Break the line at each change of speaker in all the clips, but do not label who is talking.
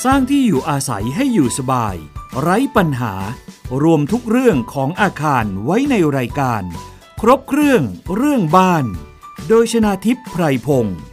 สร้างที่อยู่อาศัยให้อยู่สบายไร้ปัญหารวมทุกเรื่องของอาคารไว้ในรายการครบเครื่องเรื่องบ้านโดยชนาทิพย์ไพรพงศ์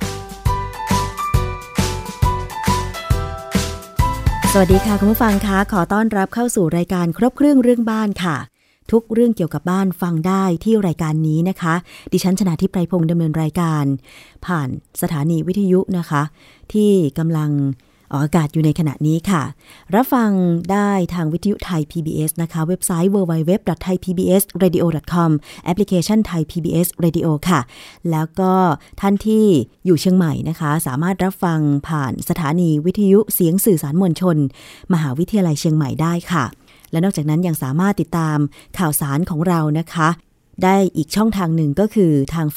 สวัสดีค่ะคุณผู้ฟังคะขอต้อนรับเข้าสู่รายการครบเครื่องเรื่องบ้านค่ะทุกเรื่องเกี่ยวกับบ้านฟังได้ที่รายการนี้นะคะดิฉันชนาทิพย์ไพรพงศ์ดำเนินรายการผ่านสถานีวิทยุนะคะที่กำลังออกอากาศอยู่ในขณะนี้ค่ะรับฟังได้ทางวิทยุไทย PBS นะคะเว็บไซต์ www.thaipbsradio.com แอปพลิเคชัน Thai PBS Radio ค่ะแล้วก็ท่านที่อยู่เชียงใหม่นะคะสามารถรับฟังผ่านสถานีวิทยุเสียงสื่อสารมวลชนมหาวิทยาลัยเชียงใหม่ได้ค่ะและนอกจากนั้นยังสามารถติดตามข่าวสารของเรานะคะได้อีกช่องทางหนึ่งก็คือทาง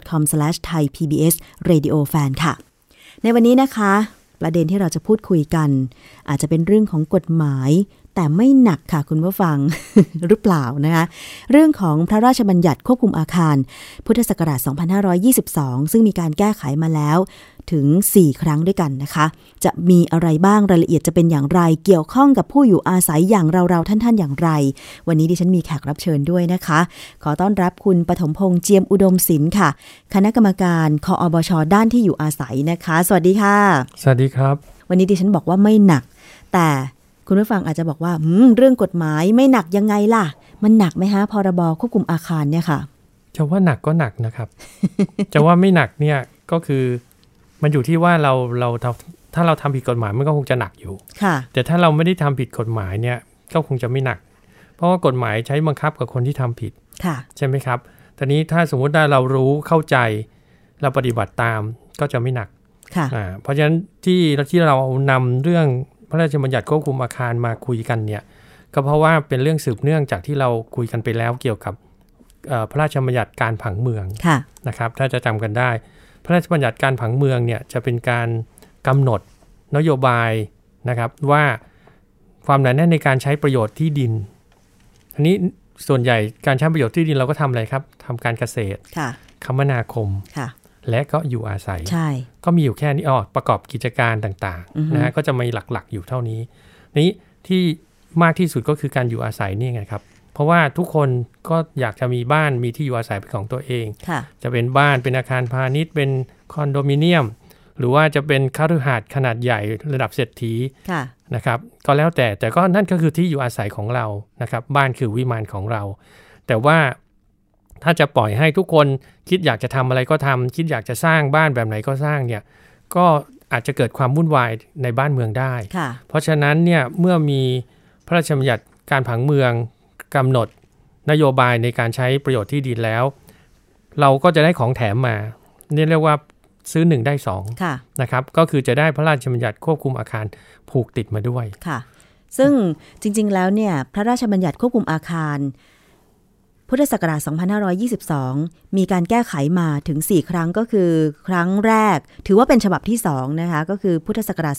facebook.com/thaipbsradiofan ค่ะในวันนี้นะคะประเด็นที่เราจะพูดคุยกันอาจจะเป็นเรื่องของกฎหมายแต่ไม่หนักค่ะคุณผู้ฟัง หรือเปล่านะคะเรื่องของพระราชบัญญัติควบคุมอาคารพุทธศักราช2522ซึ่งมีการแก้ไขมาแล้วถึง4ครั้งด้วยกันนะคะจะมีอะไรบ้างรายละเอียดจะเป็นอย่างไรเกี่ยวข้องกับผู้อยู่อาศัยอย่างเราๆท่านๆอย่างไรวันนี้ดิฉันมีแขกรับเชิญด้วยนะคะขอต้อนรับคุณปฐมพงษ์เจียมอุดมศิลป์ค่ะคณะกรรมการคออบช.ด้านที่อยู่อาศัยนะคะสวัสดีค่ะ
สวัสดีครับ
วันนี้ดิฉันบอกว่าไม่หนักแต่คุณผู้ฟังอาจจะบอกว่าเรื่องกฎหมายไม่หนักยังไงล่ะมันหนักไหมฮะพรบควบคุมอาคารเนี่ยค่ะ
จะว่าหนักก็หนักนะครับ จะว่าไม่หนักเนี่ยก็คือมันอยู่ที่ว่าเราถ้าเราทำผิดกฎหมายมันก็คงจะหนักอยู่แต่ถ้าเราไม่ได้ทำผิดกฎหมายเนี่ยก็คงจะไม่หนักเพราะว่ากฎหมายใช้บังคับกับคนที่ทำผิดใช่ไหมครับตอนนี้ถ้าสมมุติว่าเรารู้เข้าใจเราปฏิบัติตามก็จะไม่หนักเพราะฉะนั้นที่เรานำเรื่องพระราชบัญญัติควบคุมอาคารมาคุยกันเนี่ยก็เพราะว่าเป็นเรื่องสืบเนื่องจากที่เราคุยกันไปแล้วเกี่ยวกับพระราชบัญญัติการผังเมืองนะครับถ้าจะจำกันได้พระราชบัญญัติการผังเมืองเนี่ยจะเป็นการกำหนดนโยบายนะครับว่าความหนาแน่นในการใช้ประโยชน์ที่ดินอันนี้ส่วนใหญ่การใช้ประโยชน์ที่ดินเราก็ทำอะไรครับทำการเกษตรคมนาคมและก็อยู่อาศัยก็มีอยู่แค่นี้ประกอบกิจการต่างๆนะฮะก็จะมีหลักๆอยู่เท่านี้นี้ที่มากที่สุดก็คือการอยู่อาศัยนี่ไงครับเพราะว่าทุกคนก็อยากจะมีบ้านมีที่อยู่อาศัยเป็นของตัวเองจะเป็นบ้านเป็นอาคารพาณิชย์เป็นคอนโดมิเนียมหรือว่าจะเป็นคฤหาสน์ขนาดใหญ่ระดับเศรษฐีนะครับก็แล้วแต่ก็นั่นก็คือที่อยู่อาศัยของเรานะครับบ้านคือวิมานของเราแต่ว่าถ้าจะปล่อยให้ทุกคนคิดอยากจะทำอะไรก็ทำคิดอยากจะสร้างบ้านแบบไหนก็สร้างเนี่ยก็อาจจะเกิดความวุ่นวายในบ้านเมืองได้เพราะฉะนั้นเนี่ยเมื่อมีพระราชบัญญัติการผังเมืองกำหนดนโยบายในการใช้ประโยชน์ที่ดินแล้วเราก็จะได้ของแถมมานี่เรียกว่าซื้อ1ได้2นะครับก็คือจะได้พระราชบัญญัติควบคุมอาคารผูกติดมาด้วย
ค่ะซึ่งจริงๆแล้วเนี่ยพระราชบัญญัติควบคุมอาคารพุทธศักราช2522มีการแก้ไขมาถึง4ครั้งก็คือครั้งแรกถือว่าเป็นฉบับที่2นะคะก็คือพุทธศักราช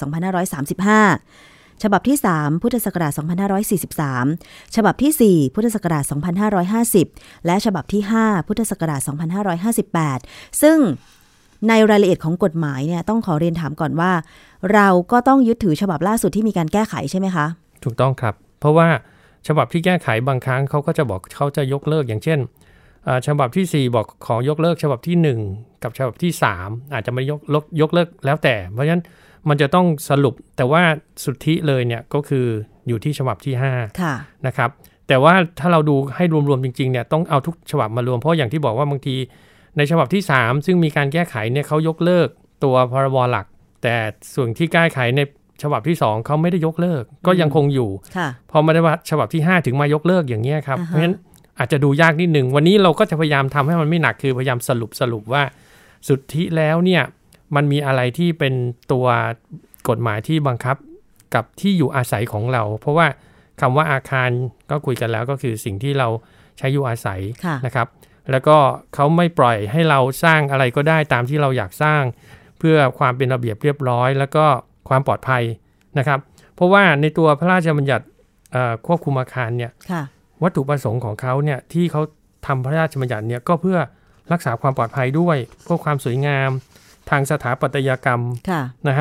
2535ฉบับที่3พุทธศักราช2543ฉบับที่4พุทธศักราช2550และฉบับที่5พุทธศักราช2558ซึ่งในรายละเอียดของกฎหมายเนี่ยต้องขอเรียนถามก่อนว่าเราก็ต้องยึดถือฉบับล่าสุดที่มีการแก้ไขใช่ไหมคะ
ถูกต้องครับเพราะว่าฉบับที่แก้ไขบางครั้งเขาก็จะบอกเขาจะยกเลิกอย่างเช่นฉบับที่4บอกขอยกเลิกฉบับที่1กับฉบับที่3อาจจะไม่ยกเลิกแล้วแต่เพราะฉะนั้นมันจะต้องสรุปแต่ว่าสุทธิเลยเนี่ยก็คืออยู่ที่ฉบับที่5นะครับแต่ว่าถ้าเราดูให้รวมๆจริงๆเนี่ยต้องเอาทุกฉบับมารวมเพราะอย่างที่บอกว่าบางทีในฉบับที่3ซึ่งมีการแก้ไขเนี่ยเขายกเลิกตัวพรบหลักแต่ส่วนที่แก้ไขในฉบับที่2เขาไม่ได้ยกเลิกก็ยังคงอยู่พอมาได้ว่าฉบับที่5ถึงมายกเลิกอย่างเงี้ยครับเพราะฉะนั้นอาจจะดูยากนิดนึงวันนี้เราก็จะพยายามทำให้มันไม่หนักคือพยายามสรุปว่าสุทธิแล้วเนี่ยมันมีอะไรที่เป็นตัวกฎหมายที่บังคับกับที่อยู่อาศัยของเราเพราะว่าคำว่าอาคารก็คุยกันแล้วก็คือสิ่งที่เราใช้อยู่อาศัยนะครับแล้วก็เขาไม่ปล่อยให้เราสร้างอะไรก็ได้ตามที่เราอยากสร้างเพื่อความเป็นระเบียบเรียบร้อยแล้วก็ความปลอดภัยนะครับเพราะว่าในตัวพระราชบัญญัติควบคุมอาคารเนี่ยวัตถุประสงค์ของเขาเนี่ยที่เขาทำพระราชบัญญัติเนี่ยก็เพื่อรักษาความปลอดภัยด้วยเพื่อความสวยงามทางสถาปัตยกรรมนะฮะ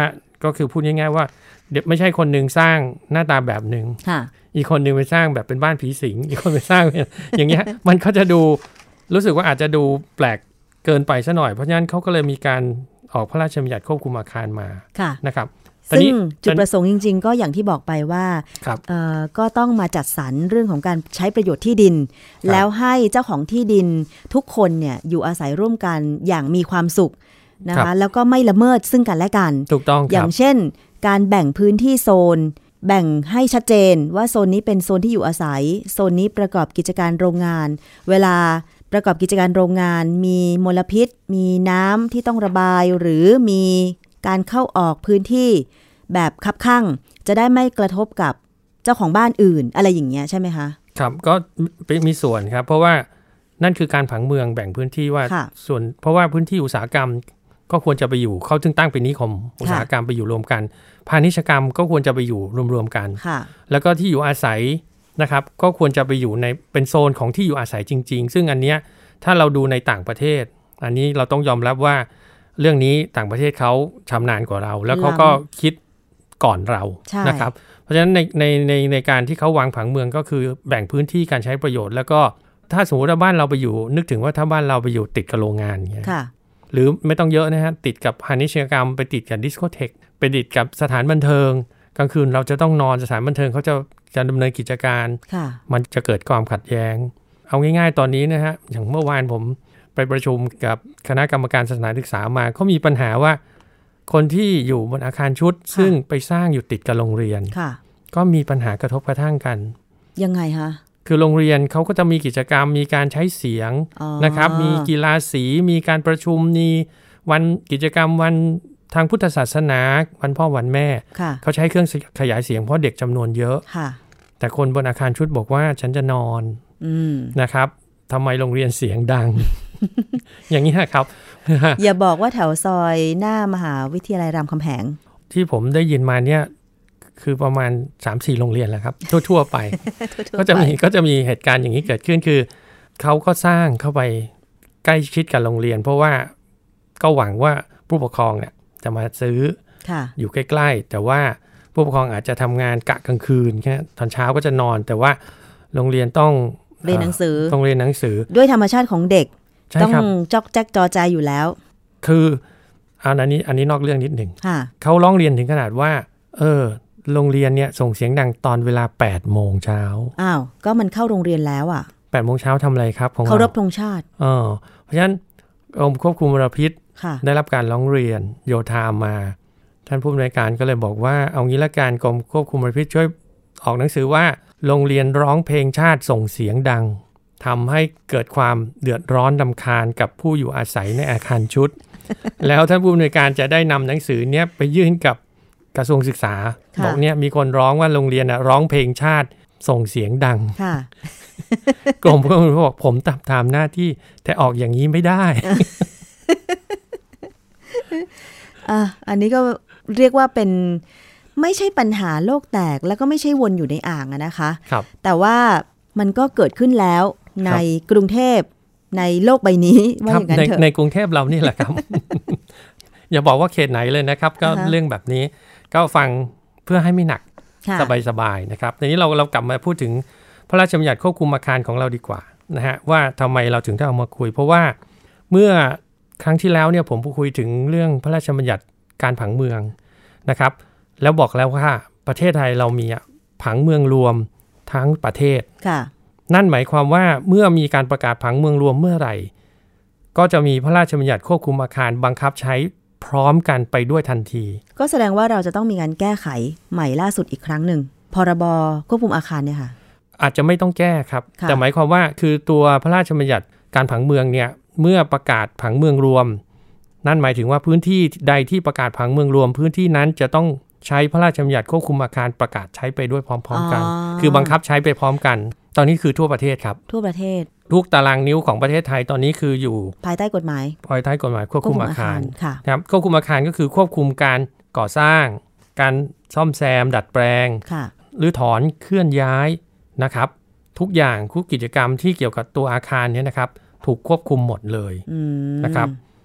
ก็คือพูดง่ายๆว่าเดี๋ยวไม่ใช่คนนึงสร้างหน้าตาแบบนึงอีกคนนึงไปสร้างแบบเป็นบ้านผีสิงอีกคนไปสร้าง อย่างเงี้ยมันก็จะดูรู้สึกว่าอาจจะดูแปลกเกินไปซะหน่อยเพราะฉะนั้นเขาก็เลยมีการออกพระราชบัญญัติควบคุมอาคารมานะครับ
ซึ่งจุดประสงค์จริงๆก็อย่างที่บอกไปว่าก็ต้องมาจัดสรรเรื่องของการใช้ประโยชน์ที่ดินแล้วให้เจ้าของที่ดินทุกคนเนี่ยอยู่อาศัยร่วมกันอย่างมีความสุขนะคะแล้วก็ไม่ละเมิดซึ่งกันและกัน
ถูกต้อง
อย่างเช่นการแบ่งพื้นที่โซนแบ่งให้ชัดเจนว่าโซนนี้เป็นโซนที่อยู่อาศัยโซนนี้ประกอบกิจการโรงงานเวลาประกอบกิจการโรงงานมีมลพิษมีน้ำที่ต้องระบายหรือมีการเข้าออกพื้นที่แบบคับคั่งจะได้ไม่กระทบกับเจ้าของบ้านอื่นอะไรอย่างเงี้ยใช่ไหมคะ
ครับก็มีส่วนครับเพราะว่านั่นคือการผังเมืองแบ่งพื้นที่ว่าส่วนเพราะว่าพื้นที่อุตสาหกรรมก็ควรจะไปอยู่เขาจึงตั้งเป็นนิคมอุตสาหกรรมไปอยู่รวมกันพาณิชยกรรมก็ควรจะไปอยู่รวมๆกันแล้วก็ที่อยู่อาศัยนะครับก็ควรจะไปอยู่ในเป็นโซนของที่อยู่อาศัยจริงๆซึ่งอันเนี้ยถ้าเราดูในต่างประเทศอันนี้เราต้องยอมรับว่าเรื่องนี้ต่างประเทศเขาชำนาญกว่าเราแล้วเขาก็คิดก่อนเรานะครับเพราะฉะนั้นในการที่เขาวางผังเมืองก็คือแบ่งพื้นที่การใช้ประโยชน์แล้วก็ถ้าสมมติว่าบ้านเราไปอยู่นึกถึงว่าถ้าบ้านเราไปอยู่ติดกับโรงงานอย่างเงี้ยหรือไม่ต้องเยอะนะฮะติดกับพาณิชยกรรมไปติดกับดิสโกเทคไปติดกับสถานบันเทิงกลางคืนเราจะต้องนอนสถานบันเทิงเขาจะดำเนินกิจการมันจะเกิดความขัดแย้งเอาง่ายๆตอนนี้นะฮะอย่างเมื่อวานผมไปประชุมกับคณะกรรมการสถานศึกษามาเขามีปัญหาว่าคนที่อยู่บนอาคารชุดซึ่งไปสร้างอยู่ติดกับโรงเรียนก็มีปัญหากระทบกระทั่งกัน
ยังไงคะ
คือโรงเรียนเขาก็จะมีกิจกรรมมีการใช้เสียงนะครับมีกีฬาสีมีการประชุมมีวันกิจกรรมวันทางพุทธศาสนาวันพ่อวันแม่เขาใช้เครื่องขยายเสียงเพราะเด็กจำนวนเยอะแต่คนบนอาคารชุดบอกว่าฉันจะนอนนะครับทำไมโรงเรียนเสียงดัง อย่างนี้ครับ
อย่าบอกว่าแถวซอยหน้ามหาวิทยาลัยรามคำแหง
ที่ผมได้ยินมาเนี่ยคือประมาณ 3-4 โรงเรียนแหละครับทั่วๆไป ก็จะมีเหตุการณ์อย่างนี้เกิดขึ้นคือเขาก็สร้างเข้าไปใกล้ชิดกับโรงเรียนเพราะว่าก็หวังว่าผู้ปกครองเนี่ยจะมาซื้ออยู่ใกล้ๆแต่ว่าผู้ปกครองอาจจะทำงานกะกลางคืนแค่ตอนเช้าก็จะนอนแต่ว่าโรงเรียนต้อง
เรียนหนังสือ
ต้องเรียนหนังสือ
ด้วยธรรมชาติของเด็กต้องจอกแจ๊กจอใจอยู่แล้ว
คืออันนี้นอกเรื่องนิดหนึ่งเขาร้องเรียนถึงขนาดว่าโรงเรียนเนี่ยส่งเสียงดังตอนเวลา 8 โมงเช้า
อ้าวก็มันเข้าโรงเรียนแล้วอ่ะ
8 โมงเช้าทำอะไรครับของ
เคารพธงชาติ
เพราะฉะนั้นกรมควบคุมมลพิษได้รับการร้องเรียนโยธามาท่านผู้อำนวยการก็เลยบอกว่าเอางี้ละกันกรมควบคุมมลพิษช่วยออกหนังสือว่าโรงเรียนร้องเพลงชาติส่งเสียงดังทำให้เกิดความเดือดร้อนรำคาญกับผู้อยู่อาศัยในอาคารชุด แล้วท่านผู้อำนวยการจะได้นำหนังสือเนี้ยไปยื่นกับกระทรวงศึกษาบอกเนี่ยมีคนร้องว่าโรงเรียนร้องเพลงชาติส่งเสียงดังกรมก็บอกผมตามหน้าที่แต่ออกอย่างนี้ไม่ได้
อันนี้ก็เรียกว่าเป็นไม่ใช่ปัญหาโลกแตกแล้วก็ไม่ใช่วนอยู่ในอ่างนะคะแต่ว่ามันก็เกิดขึ้นแล้วในกรุงเทพในโลกใบนี้ว่าอย่างนั้นเถอะ
ในกรุงเทพเรานี่แหละครับ อย่าบอกว่าเขตไหนเลยนะครับก็เรื่องแบบนี้ก็ฟังเพื่อให้ไม่หนักสบายๆนะครับทีนี้เรากลับมาพูดถึงพระราชบัญญัติควบคุมอาคารของเราดีกว่านะฮะว่าทำไมเราถึงได้เอามาคุยเพราะว่าเมื่อครั้งที่แล้วเนี่ยผมคุยถึงเรื่องพระราชบัญญัติการผังเมืองนะครับแล้วบอกแล้วว่าประเทศไทยเรามีผังเมืองรวมทั้งประเทศนั่นหมายความว่าเมื่อมีการประกาศผังเมืองรวมเมื่อไหร่ก็จะมีพระราชบัญญัติควบคุมอาคารบังคับใช้พร้อมกันไปด้วยทันที
ก็แสดงว่าเราจะต้องมีการแก้ไขใหม่ล่าสุดอีกครั้งหนึ่งพรบควบคุมอาคารเนี่ยค่ะ
อาจจะไม่ต้องแก้ครับแต่หมายความว่าคือตัวพระราชบัญญัติการผังเมืองเนี่ยเมื่อประกาศผังเมืองรวมนั่นหมายถึงว่าพื้นที่ใดที่ประกาศผังเมืองรวมพื้นที่นั้นจะต้องใช้พระราชบัญญัติควบคุมอาคารประกาศใช้ไปด้วยพร้อมๆกันคือบังคับใช้ไปพร้อมกันตอนนี้คือทั่วประเทศครับ
ทั่วประเทศ
ทุกตารางนิ้วของประเทศไทยตอนนี้คืออยู่
ภายใต้กฎหมาย
ควบคุมอาคารครับควบคุมอาคารก็คือควบคุมการก่อสร้างการซ่อมแซมดัดแปลงหรือถอนเคลื่อนย้ายนะครับทุกอย่างทุกกิจกรรมที่เกี่ยวกับตัวอาคารนี้นะครับถูกควบคุมหมดเลยนะครับ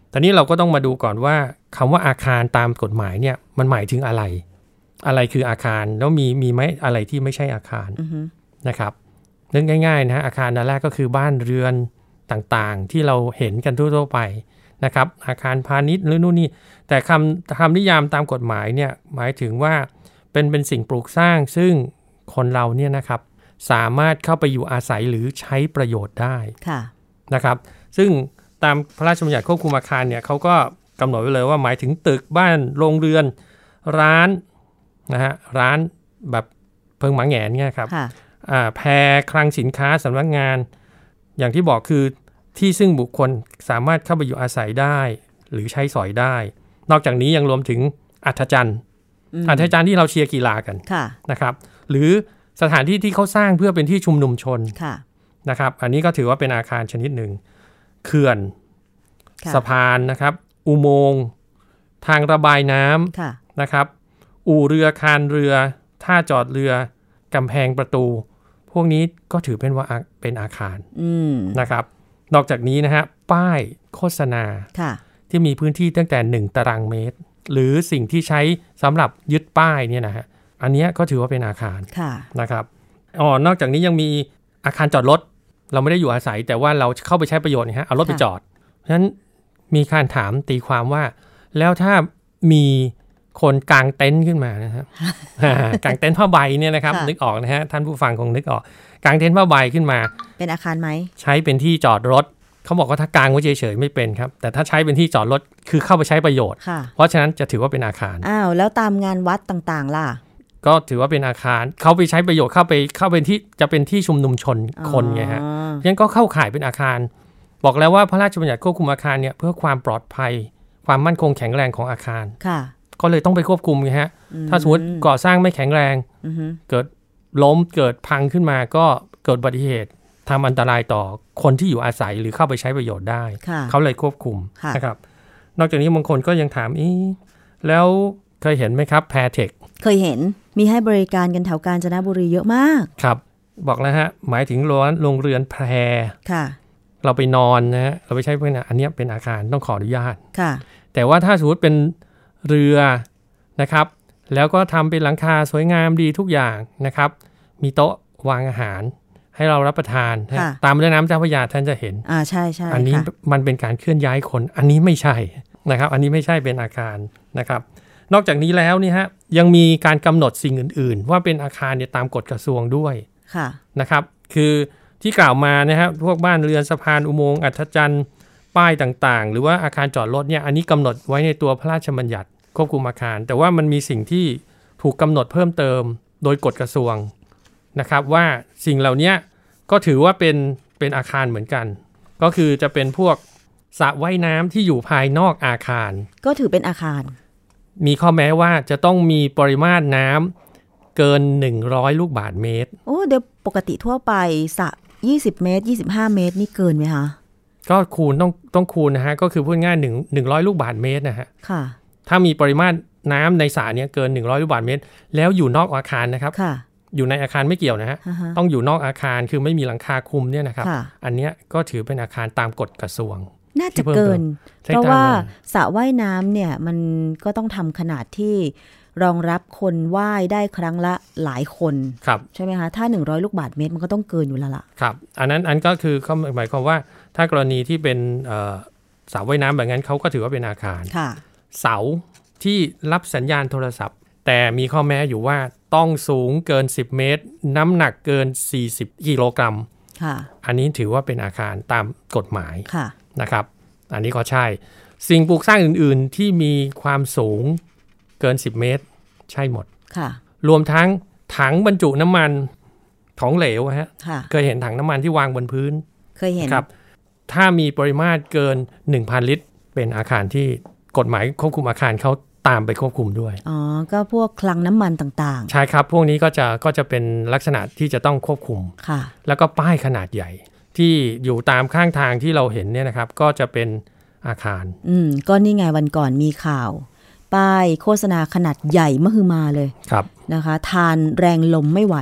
ตอนนี้เราก็ต้องมาดูก่อนว่าคำว่าอาคารตามกฎหมายเนี่ยมันหมายถึงอะไรคืออาคารแล้วมีไหมอะไรที่ไม่ใช่อาคารนะครับเรื่องง่ายๆนะอาคารอันแรกก็คือบ้านเรือนต่างๆที่เราเห็นกันทั่วๆไปนะครับอาคารพาณิชย์หรือนู่นนี่แต่คำนิยามตามกฎหมายเนี่ยหมายถึงว่าเป็นสิ่งปลูกสร้างซึ่งคนเราเนี่ยนะครับสามารถเข้าไปอยู่อาศัยหรือใช้ประโยชน์ได้นะครับซึ่งตามพระราชบัญญัติควบคุมอาคารเนี่ยเขาก็กำหนดไว้เลยว่าหมายถึงตึกบ้านโรงเรือนร้านนะฮะร้านแบบเพิงหมาแหงนเนี่ยครับแพรคลังสินค้าสำนักงานอย่างที่บอกคือที่ซึ่งบุคคลสามารถเข้าไปอยู่อาศัยได้หรือใช้สอยได้นอกจากนี้ยังรวมถึงอัฐจันทร์ที่เราเชียร์กีฬากันนะครับหรือสถานที่ที่เขาสร้างเพื่อเป็นที่ชุมนุมชนนะครับอันนี้ก็ถือว่าเป็นอาคารชนิดหนึ่งเขื่อนสะพานนะครับอุโมงค์ทางระบายน้ำนะครับอู่เรือคานเรือท่าจอดเรือกำแพงประตูพวกนี้ก็ถือเป็นอาคารนะครับนอกจากนี้นะฮะป้ายโฆษณาที่มีพื้นที่ตั้งแต่1ตารางเมตรหรือสิ่งที่ใช้สำหรับยึดป้ายเนี่ยนะฮะอันนี้ก็ถือว่าเป็นอาคารนะครับนอกจากนี้ยังมีอาคารจอดรถเราไม่ได้อยู่อาศัยแต่ว่าเราเข้าไปใช้ประโยชน์นะฮะเอารถไปจอดเพราะฉะนั้นมีการถามตีความว่าแล้วถ้ามีคนกางเต็นท์ขึ้นมานะครับ กางเต็นท์ผ้าใบเนี่ยนะครับนึกออกนะฮะท่านผู้ฟังคงนึกออกกางเต็นท์ผ้าใบขึ้นมา
เป็นอาคารไหม
ใช้เป็นที่จอดรถเขาบอกว่าถ้ากางไว้เฉยๆไม่เป็นครับแต่ถ้าใช้เป็นที่จอดรถคือเข้าไปใช้ประโยชน์เพราะฉะนั้นจะถือว่าเป็นอาคาร
แล้วตามงานวัดต่างๆล่ะ
ก็ถือว่าเป็นอาคารเขาไปใช้ประโยชน์เข้าเป็นที่จะเป็นที่ชุมนุมชนคนไงฮะยังก็เข้าข่ายเป็นอาคารบอกแล้วว่าพระราชบัญญัติควบคุมอาคารเนี่ยเพื่อความปลอดภัยความมั่นคงแข็งแรงของอาคารก็เลยต้องไปควบคุมไงฮะถ้าสมมติก่อสร้างไม่แข็งแรงเกิดล้มเกิดพังขึ้นมาก็เกิดอุบัติเหตุทำอันตรายต่อคนที่อยู่อาศัยหรือเข้าไปใช้ประโยชน์ได้เขาเลยควบคุมนะครับนอกจากนี้บางคนก็ยังถามแล้วเคยเห็นไหมครับแพรเทค
เคยเห็นมีให้บริการกันแถวกาญจนบุรีเยอะมาก
ครับบอกแล้วฮะหมายถึงโรงเรือนแพรเราไปนอนนะฮะเราไปใช้พวกนี้อันนี้เป็นอาคารต้องขออนุญาตแต่ว่าถ้าสมมติเป็นเรือนะครับแล้วก็ทำเป็นหลังคาสวยงามดีทุกอย่างนะครับมีโต๊ะวางอาหารให้เรารับประทานตามแม่น้ำเจ้าพระยาท่านจะเห็น
ใช่ใช่
อันนี้มันเป็นการเคลื่อนย้ายคนอันนี้ไม่ใช่นะครับอันนี้ไม่ใช่เป็นอาคารนะครับนอกจากนี้แล้วนี่ฮะยังมีการกำหนดสิ่งอื่นๆว่าเป็นอาคารเนี่ยตามกฎกระทรวงด้วยนะครับคือที่กล่าวมานะฮะพวกบ้านเรือนสะพานอุโมงค์อัฐจันทร์ป้ายต่างๆหรือว่าอาคารจอดรถเนี่ยอันนี้กำหนดไว้ในตัวพระราชบัญญัติควบคุมอาคารแต่ว่ามันมีสิ่งที่ถูกกำหนดเพิ่มเติมโดยกฎกระทรวงนะครับว่าสิ่งเหล่านี้ก็ถือว่าเป็นอาคารเหมือนกันก็คือจะเป็นพวกสระว่ายน้ำที่อยู่ภายนอกอาคาร
ก็ถือเป็นอาคาร
มีข้อแม้ว่าจะต้องมีปริมาตรน้ำเกิน100ลูกบาศก์เมตร
เดี๋ยวปกติทั่วไปสระ20เมตร25เมตรนี่เกินไหมคะ
ก็คูณต้องคูณนะฮะก็คือพูดง่าย100ลูกบาศก์เมตรนะฮะ
ค่ะ
ถ้ามีปริมาตรน้ำในสระเนี้ยเกิน100ลูกบาศก์เมตรแล้วอยู่นอกอาคารนะครับอยู่ในอาคารไม่เกี่ยวนะฮะต้องอยู่นอกอาคารคือไม่มีหลังคาคุมเนี่ยนะครับอันเนี้ยก็ถือเป็นอาคารตามกฎกระทรวง
น่าจะเกินเพราะว่าสระว่ายน้ำเนี่ยมันก็ต้องทำขนาดที่รองรับคนว่ายได้ครั้งละหลายคนใช่ไหมคะถ้า100ลูกบาศก์เมตรมันก็ต้องเกินอยู่แล้วล่ะ
ครับอันนั้นก็คือหมายความว่าถ้ากรณีที่เป็นสระว่ายน้ำแบบนั้นเขาก็ถือว่าเป็นอาคารเสาที่รับสัญญาณโทรศัพท์แต่มีข้อแม้อยู่ว่าต้องสูงเกิน10เมตรน้ำหนักเกิน40กิโลกรัมอันนี้ถือว่าเป็นอาคารตามกฎหมายนะครับอันนี้ก็ใช่สิ่งปลูกสร้างอื่นๆที่มีความสูงเกิน10เมตรใช่หมดรวมทั้งถังบรรจุน้ำมันของเหลวฮะเคยเห็นถังน้ำมันที่วางบนพื้น
เคยเห็น
ครับถ้ามีปริมาตรเกิน 1,000 ลิตรเป็นอาคารที่กฎหมายควบคุมอาคารเขาตามไปควบคุมด้วย
ก็พวกคลังน้ำมันต่าง
ๆใช่ครับพวกนี้ก็จะเป็นลักษณะที่จะต้องควบคุมแล้วก็ป้ายขนาดใหญ่ที่อยู่ตามข้างทางที่เราเห็นเนี่ยนะครับก็จะเป็นอาคาร
ก็นี่ไงวันก่อนมีข่าวป้ายโฆษณาขนาดใหญ่มหึมาเลยนะคะทานแรงลมไม่ไหว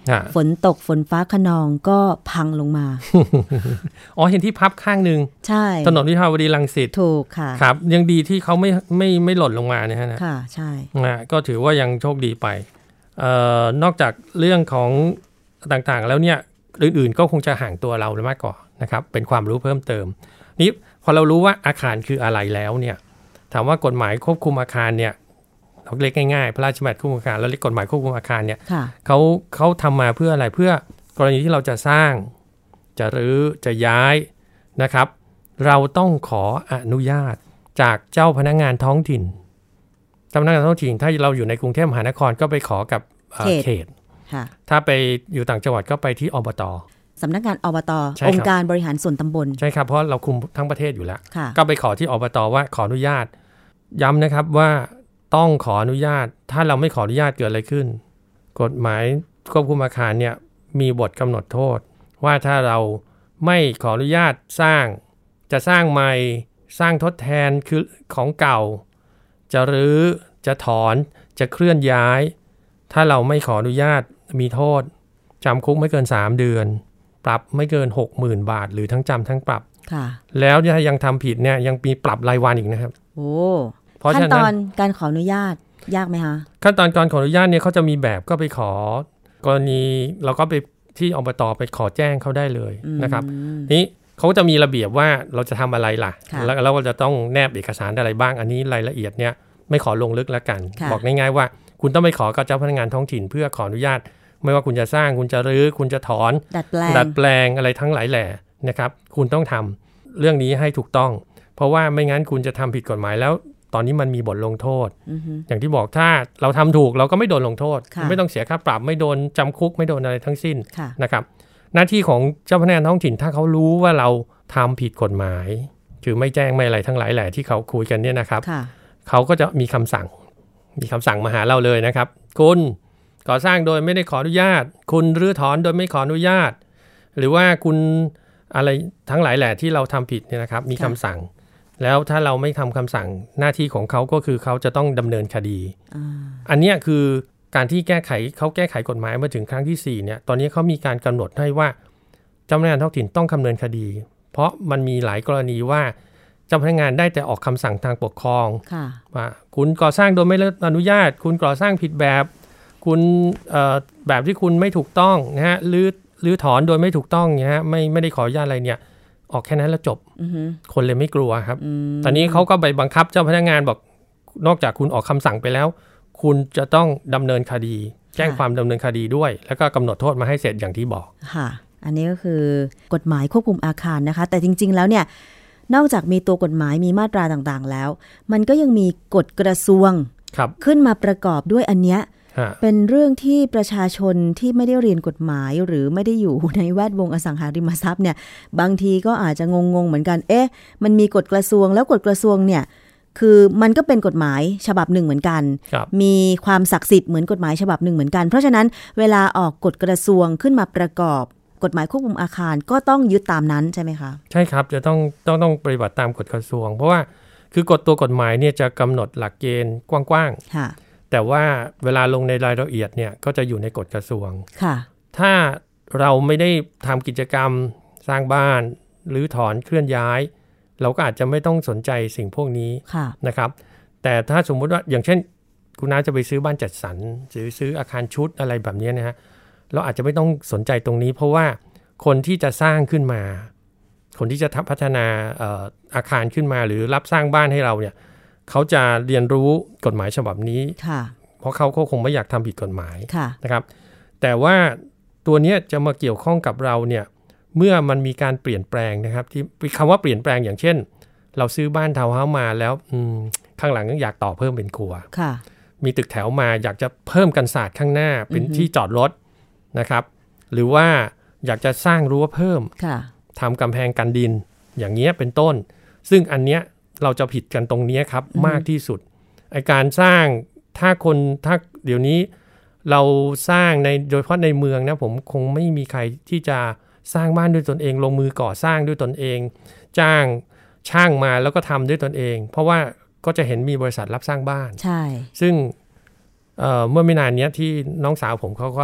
ฝนตกฝนฟ้าคะนองก็พังลงมา
อ๋อเห็นที่พับข้างนึง
ใช่
ถนนวิภาวดีรังสิต
ถูกค่ะ
ครับยังดีที่เขาไม่หล่นลงมาเนี่ยนะ
ค่ะใช่
ก็ถือว่ายังโชคดีไปนอกจากเรื่องของต่างๆแล้วเนี่ยอื่นๆก็คงจะห่างตัวเรามากกว่านะครับเป็นความรู้เพิ่มเติมนี้พอเรารู้ว่าอาคารคืออะไรแล้วเนี่ยถามว่ากฎหมายควบคุมอาคารเนี่ยเราเรียกง่ายๆพระราชบัญญัติควบคุมอาคารแล้วเรียกกฎหมายควบคุมอาคารเนี่ยเขาทำมาเพื่ออะไรเพื่อกรณีที่เราจะสร้างจะรื้อจะย้ายนะครับเราต้องขออนุญาตจากเจ้าพนักงานท้องถิ่นเจ้าพนักงานท้องถิ่นถ้าเราอยู่ในกรุงเทพมหานครก็ไปขอกับเขตถ้าไปอยู่ต่างจังหวัดก็ไปที่อบต.
สำนักงานอบต.องค์การบริหารส่วนตำบล
ใช่ครับเพราะเราคุมทั้งประเทศอยู่แล้วก็ไปขอที่อบต.ว่าขออนุญาตย้ำนะครับว่าต้องขออนุญาตถ้าเราไม่ขออนุญาตเกิดอะไรขึ้นกฎหมายควบคุมอาคารเนี่ยมีบทกำหนดโทษว่าถ้าเราไม่ขออนุญาตสร้างจะสร้างใหม่สร้างทดแทนคือของเก่าจะรื้อจะถอนจะเคลื่อนย้ายถ้าเราไม่ขออนุญาตมีโทษจำคุกไม่เกิน3 เดือนปรับไม่เกิน 60,000 บาทหรือทั้งจำทั้งปรับแล้วถ้ายังทำผิดเนี่ยยังมีปรับรายวันอีกนะครับ
โอ้ขั้นตอนการขออนุญาตยากไหมคะ
ขั้นตอนการขออนุญาตเนี่ยเขาจะมีแบบก็ไปขอกรณีเราก็ไปที่อบต.ไปขอแจ้งเขาได้เลยนะครับนี้เขาจะมีระเบียบว่าเราจะทำอะไรล่ะแล้วเราก็จะต้องแนบเอกสารอะไรบ้างอันนี้รายละเอียดเนี่ยไม่ขอลงลึกแล้วกันบอกง่ายๆว่าคุณต้องไปขอกับเจ้าพนักงานท้องถิ่นเพื่อขออนุญาตไม่ว่าคุณจะสร้างคุณจะรื้อคุณจะถอนดัดแปลงอะไรทั้งหลายแหล่นะครับคุณต้องทำเรื่องนี้ให้ถูกต้องเพราะว่าไม่งั้นคุณจะทำผิดกฎหมายแล้วตอนนี้มันมีบทลงโทษอย่างที่บอกถ้าเราทำถูกเราก็ไม่โดนลงโทษไม่ต้องเสียค่าปรับไม่โดนจำคุกไม่โดนอะไรทั้งสิ้นนะครับหน้าที่ของเจ้าพนักงานท้องถิ่นถ้าเขารู้ว่าเราทำผิดกฎหมายคือไม่แจ้งไม่อะไรทั้งหลายแหล่ที่เขาคุยกันเนี่ยนะครับเขาก็จะมีคำสั่งมาหาเราเลยนะครับคุณก่อสร้างโดยไม่ได้ขออนุญาตคุณรื้อถอนโดยไม่ขออนุญาตหรือว่าคุณอะไรทั้งหลายแหล่ที่เราทำผิดเนี่ยนะครับมีคำสั่งแล้วถ้าเราไม่ทำคำสั่งหน้าที่ของเขาก็คือเขาจะต้องดำเนินคดีอันนี้คือการที่แก้ไขกฎหมายมาถึงครั้งที่4เนี่ยตอนนี้เขามีการกำหนดให้ว่าเจ้าพนักงานท้องถิ่นต้องดำเนินคดีเพราะมันมีหลายกรณีว่าเจ้าพนักงานได้แต่ออกคำสั่งทางปกครองว่าคุณก่อสร้างโดยไม่ได้อนุญาตคุณก่อสร้างผิดแบบคุณแบบที่คุณไม่ถูกต้องนะฮะหรือถอนโดยไม่ถูกต้องเนี่ยฮะไม่ได้ขออนุญาตอะไรเนี่ยออกแค่นั้นแล้วจบคนเลยไม่กลัวครับตอนนี้เขาก็ไปบังคับเจ้าพนักงานบอกนอกจากคุณออกคำสั่งไปแล้วคุณจะต้องดำเนินคดีแจ้งความดำเนินคดีด้วยแล้วก็กำหนดโทษมาให้เสร็จอย่างที่บอก
ค่ะอันนี้ก็คือกฎหมายควบคุมอาคารนะคะแต่จริงๆแล้วเนี่ยนอกจากมีตัวกฎหมายมีมาตราต่างๆแล้วมันก็ยังมีกฎกระทรวงขึ้นมาประกอบด้วยอันเนี้ยเป็นเรื่องที่ประชาชนที่ไม่ได้เรียนกฎหมายหรือไม่ได้อยู่ในแวดวงอสังหาริมทรัพย์เนี่ยบางทีก็อาจจะงงๆเหมือนกันมันมีกฎกระทรวงแล้วกฎกระทรวงเนี่ยคือมันก็เป็นกฎหมายฉบับหนึ่งเหมือนกันมีความศักดิ์สิทธิ์เหมือนกฎหมายฉบับหนึ่งเหมือนกันเพราะฉะนั้นเวลาออกกฎกระทรวงขึ้นมาประกอบกฎหมายควบคุมอาคารก็ต้องยึดตามนั้นใช่ไหมคะ
ใช่ครับจะต้องปฏิบัติตามกฎกระทรวงเพราะว่าคือกฎหมายเนี่ยจะกำหนดหลักเกณฑ์กว้างๆแต่ว่าเวลาลงในรายละเอียดเนี่ยก็จะอยู่ในกฎกระทรวงถ้าเราไม่ได้ทำกิจกรรมสร้างบ้านหรือถอนเคลื่อนย้ายเราก็อาจจะไม่ต้องสนใจสิ่งพวกนี้นะครับแต่ถ้าสมมุติว่าอย่างเช่นคุณน้าจะไปซื้อบ้านจัดสรรหรือซื้ออาคารชุดอะไรแบบนี้นะฮะเราอาจจะไม่ต้องสนใจตรงนี้เพราะว่าคนที่จะสร้างขึ้นมาคนที่จะพัฒนาอาคารขึ้นมาหรือรับสร้างบ้านให้เราเนี่ยเขาจะเรียนรู้กฎหมายฉบับนี้เพราะเขาคงไม่อยากทำผิดกฎหมายนะครับแต่ว่าตัวนี้จะมาเกี่ยวข้องกับเราเนี่ยเมื่อมันมีการเปลี่ยนแปลงนะครับที่คำว่าเปลี่ยนแปลงอย่างเช่นเราซื้อบ้านทาวน์เฮ้าส์มาแล้วข้างหลังอยากต่อเพิ่มเป็นครัวมีตึกแถวมาอยากจะเพิ่มกันศาสตร์ข้างหน้าเป็นที่จอดรถนะครับหรือว่าอยากจะสร้างรั้วเพิ่มทำกำแพงกันดินอย่างเงี้ยเป็นต้นซึ่งอันเนี้ยเราจะผิดกันตรงนี้ครับมากที่สุดไอ้การสร้างถ้าเดี๋ยวนี้เราสร้างโดยเฉพาะในเมืองนะผมคงไม่มีใครที่จะสร้างบ้านด้วยตนเองลงมือก่อสร้างด้วยตนเองจ้างช่างมาแล้วก็ทำด้วยตนเองเพราะว่าก็จะเห็นมีบริษัทรับสร้างบ้านใช่ซึ่งเมื่อไม่นานนี้ที่น้องสาวผมเขาก็ไป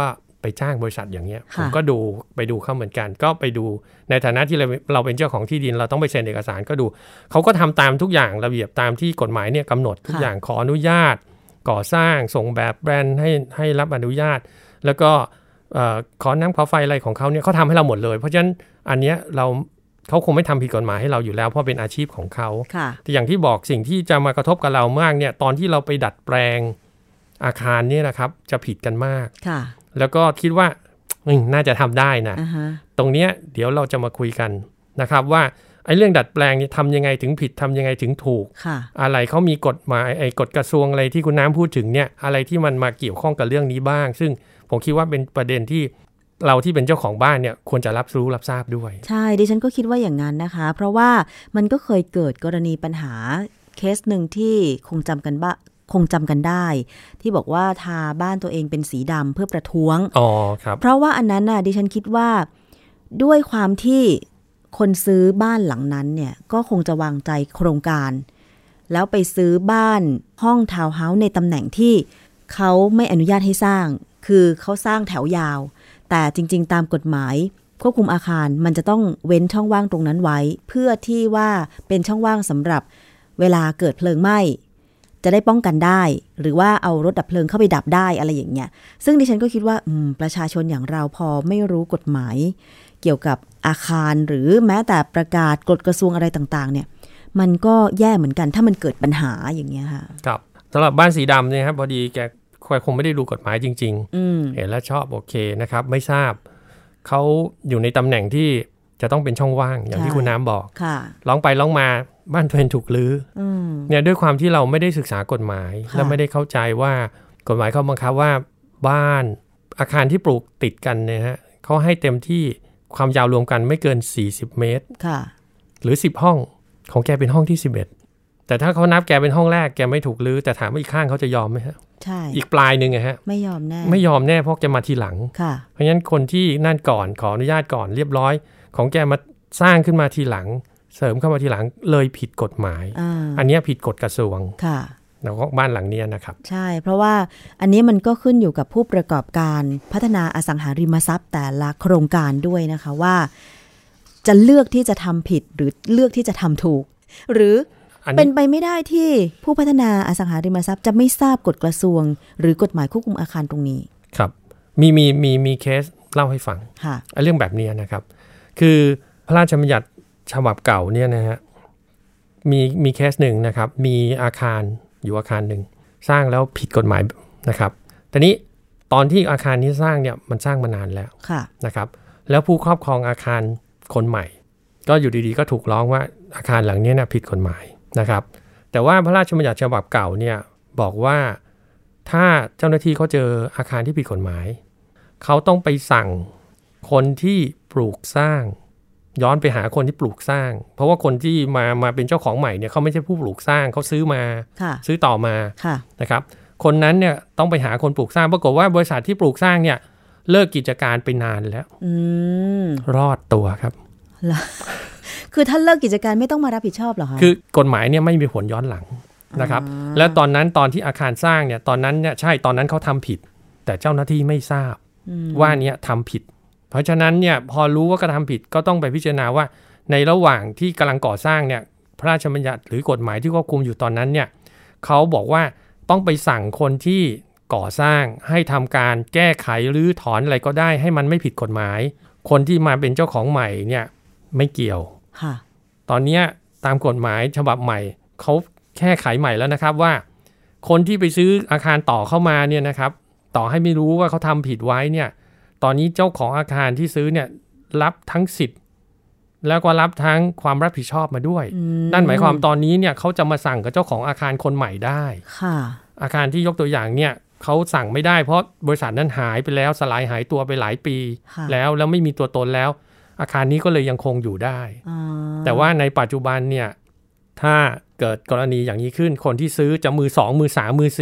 ไปจ้างบริษัทอย่างเงี้ยผมก็ไปดูเขาเหมือนกันก็ไปดูในฐานะที่เราเป็นเจ้าของที่ดินเราต้องไปเซ็นเอกสารก็ดูเขาก็ทำตามทุกอย่างระเบียบตามที่กฎหมายเนี่ยกำหนดทุกอย่างขออนุญาตก่อสร้างส่งแบบแบรนด์ให้รับอนุญาตแล้วก็ขอน้ำขอไฟอะไรของเขาเนี่ยเขาทำให้เราหมดเลยเพราะฉะนั้นอันเนี้ยเขาคงไม่ทำผิดกฎหมายให้เราอยู่แล้วเพราะเป็นอาชีพของเขาแต่อย่างที่บอกสิ่งที่จะมากระทบกับเรามากเนี่ยตอนที่เราไปดัดแปลงอาคารเนี่ยนะครับจะผิดกันมากแล้วก็คิดว่าน่าจะทำได้นะ ตรงเนี้ยเดี๋ยวเราจะมาคุยกันนะครับว่าไอ้เรื่องดัดแปลงนี่ทำยังไงถึงผิดทำยังไงถึงถูกอะไรเขามีกฎหมายกฎกระทรวงอะไรที่คุณน้ำพูดถึงเนี่ยอะไรที่มันมาเกี่ยวข้องกับเรื่องนี้บ้างซึ่งผมคิดว่าเป็นประเด็นที่เราที่เป็นเจ้าของบ้านเนี่ยควรจะรับทราบด้วย
ใช่ดิฉันก็คิดว่าอย่างนั้นนะคะเพราะว่ามันก็เคยเกิดกรณีปัญหาเคสหนึ่งที่คงจำกันได้ที่บอกว่าทาบ้านตัวเองเป็นสีดำเพื่อประท้วง
ครับ
เพราะว่าอันนั้นน่ะดิฉันคิดว่าด้วยความที่คนซื้อบ้านหลังนั้นเนี่ยก็คงจะวางใจโครงการแล้วไปซื้อบ้านห้องทาวน์เฮาส์ในตำแหน่งที่เขาไม่อนุญาตให้สร้างคือเขาสร้างแถวยาวแต่จริงๆตามกฎหมายควบคุมอาคารมันจะต้องเว้นช่องว่างตรงนั้นไว้เพื่อที่ว่าเป็นช่องว่างสำหรับเวลาเกิดเพลิงไหม้จะได้ป้องกันได้หรือว่าเอารถดับเพลิงเข้าไปดับได้อะไรอย่างเงี้ยซึ่งดิฉันก็คิดว่าประชาชนอย่างเราพอไม่รู้กฎหมายเกี่ยวกับอาคารหรือแม้แต่ประกาศกฎกระทรวงอะไรต่างๆเนี่ยมันก็แย่เหมือนกันถ้ามันเกิดปัญหาอย่างเงี้ยค่ะ
ครับสำหรับบ้านสีดำเนี่ยครับพอดีแกคงไม่ได้ดูกฎหมายจริงๆเห็นแล้วชอบโอเคนะครับไม่ทราบเขาอยู่ในตำแหน่งที่จะต้องเป็นช่องว่างอย่างที่คุณน้ำบอกร้องไปร้องมาบ้านตัวเองถูกรื้อเนี่ยด้วยความที่เราไม่ได้ศึกษากฎหมายและไม่ได้เข้าใจว่ากฎหมายเขาบังคับว่าบ้านอาคารที่ปลูกติดกันเนี่ยฮะเขาให้เต็มที่ความยาวรวมกันไม่เกิน40 เมตรหรือ10 ห้องของแกเป็นห้องที่11แต่ถ้าเขานับแกเป็นห้องแรกแกไม่ถูกรื้อแต่ถามว่าอีกข้างเขาจะยอมไหมฮะ
ใช่
อีกปลายนึงฮะ
ไม่ยอมแน่
เพราะแกมาทีหลังเพราะฉะนั้นคนที่นั่นก่อนขออนุญาตก่อนเรียบร้อยของแกมาสร้างขึ้นมาทีหลังเสริมเข้ามาทีหลังเลยผิดกฎหมาย อันนี้ผิดกฎกระทรวงแล้วก็บ้านหลังนี้นะครับ
ใช่เพราะว่าอันนี้มันก็ขึ้นอยู่กับผู้ประกอบการพัฒนาอสังหาริมทรัพย์แต่ละโครงการด้วยนะคะว่าจะเลือกที่จะทำผิดหรือเลือกที่จะทำถูกหรือเป็นไปไม่ได้ที่ผู้พัฒนาอสังหาริมทรัพย์จะไม่ทราบกฎกระทรวงหรือกฎหมายควบคุมอาคารตรงนี้
ครับมีเคสเล่าให้ฟังเรื่องแบบนี้นะครับคือพระราชบัญญัติฉบับเก่าเนี่ยนะฮะมีเคสหนึ่งนะครับมีอาคารอยู่อาคารหนึ่งสร้างแล้วผิดกฎหมายนะครับแต่นี้ตอนที่อาคารนี้สร้างเนี่ยมันสร้างมานานแล้วนะครับแล้วผู้ครอบครองอาคารคนใหม่ก็อยู่ดีๆก็ถูกร้องว่าอาคารหลังนี้นะผิดกฎหมายนะครับแต่ว่าพระราชบัญญัติฉบับเก่าเนี่ยบอกว่าถ้าเจ้าหน้าที่เขาเจออาคารที่ผิดกฎหมายเขาต้องไปสั่งคนที่ปลูกสร้างย้อนไปหาคนที่ปลูกสร้างเพราะว่าคนที่มาเป็นเจ้าของใหม่เนี่ยเขาไม่ใช่ผู้ปลูกสร้างเขาซื้อต่อมานะครับคนนั้นเนี่ยต้องไปหาคนปลูกสร้างปรากฏว่าบริษัทที่ปลูกสร้างเนี่ยเลิกกิจการไปนานแล้วรอดตัวครับ
คือถ้าเลิกกิจการไม่ต้องมารับผิดชอบหรอคะ
คือกฎหมายเนี่ยไม่มีผลย้อนหลังนะครับแล้วตอนที่อาคารสร้างเนี่ยตอนนั้นเนี่ยใช่ตอนนั้นเขาทำผิดแต่เจ้าหน้าที่ไม่ทราบว่าเนี่ยทำผิดเพราะฉะนั้นเนี่ยพอรู้ว่ากระทำผิดก็ต้องไปพิจารณาว่าในระหว่างที่กำลังก่อสร้างเนี่ยพระราชบัญญัติหรือกฎหมายที่ควบคุมอยู่ตอนนั้นเนี่ยเขาบอกว่าต้องไปสั่งคนที่ก่อสร้างให้ทำการแก้ไขหรือถอนอะไรก็ได้ให้มันไม่ผิดกฎหมายคนที่มาเป็นเจ้าของใหม่เนี่ยไม่เกี่ยวตอนนี้ตามกฎหมายฉบับใหม่เขาแก้ไขใหม่แล้วนะครับว่าคนที่ไปซื้ออาคารต่อเข้ามาเนี่ยนะครับต่อให้ไม่รู้ว่าเขาทำผิดไว้เนี่ยตอนนี้เจ้าของอาคารที่ซื้อเนี่ยรับทั้งสิทธิ์แล้วก็รับทั้งความรับผิดชอบมาด้วยนั่นหมายความตอนนี้เนี่ยเขาจะมาสั่งกับเจ้าของอาคารคนใหม่ได้อาคารที่ยกตัวอย่างเนี่ยเขาสั่งไม่ได้เพราะบริษัทนั้นหายไปแล้วสลายหายตัวไปหลายปีแล้วไม่มีตัวตนแล้วอาคารนี้ก็เลยยังคงอยู่ได้แต่ว่าในปัจจุบันเนี่ยถ้าเกิดกรณีอย่างนี้ขึ้นคนที่ซื้อจะมือ2มือ3มือ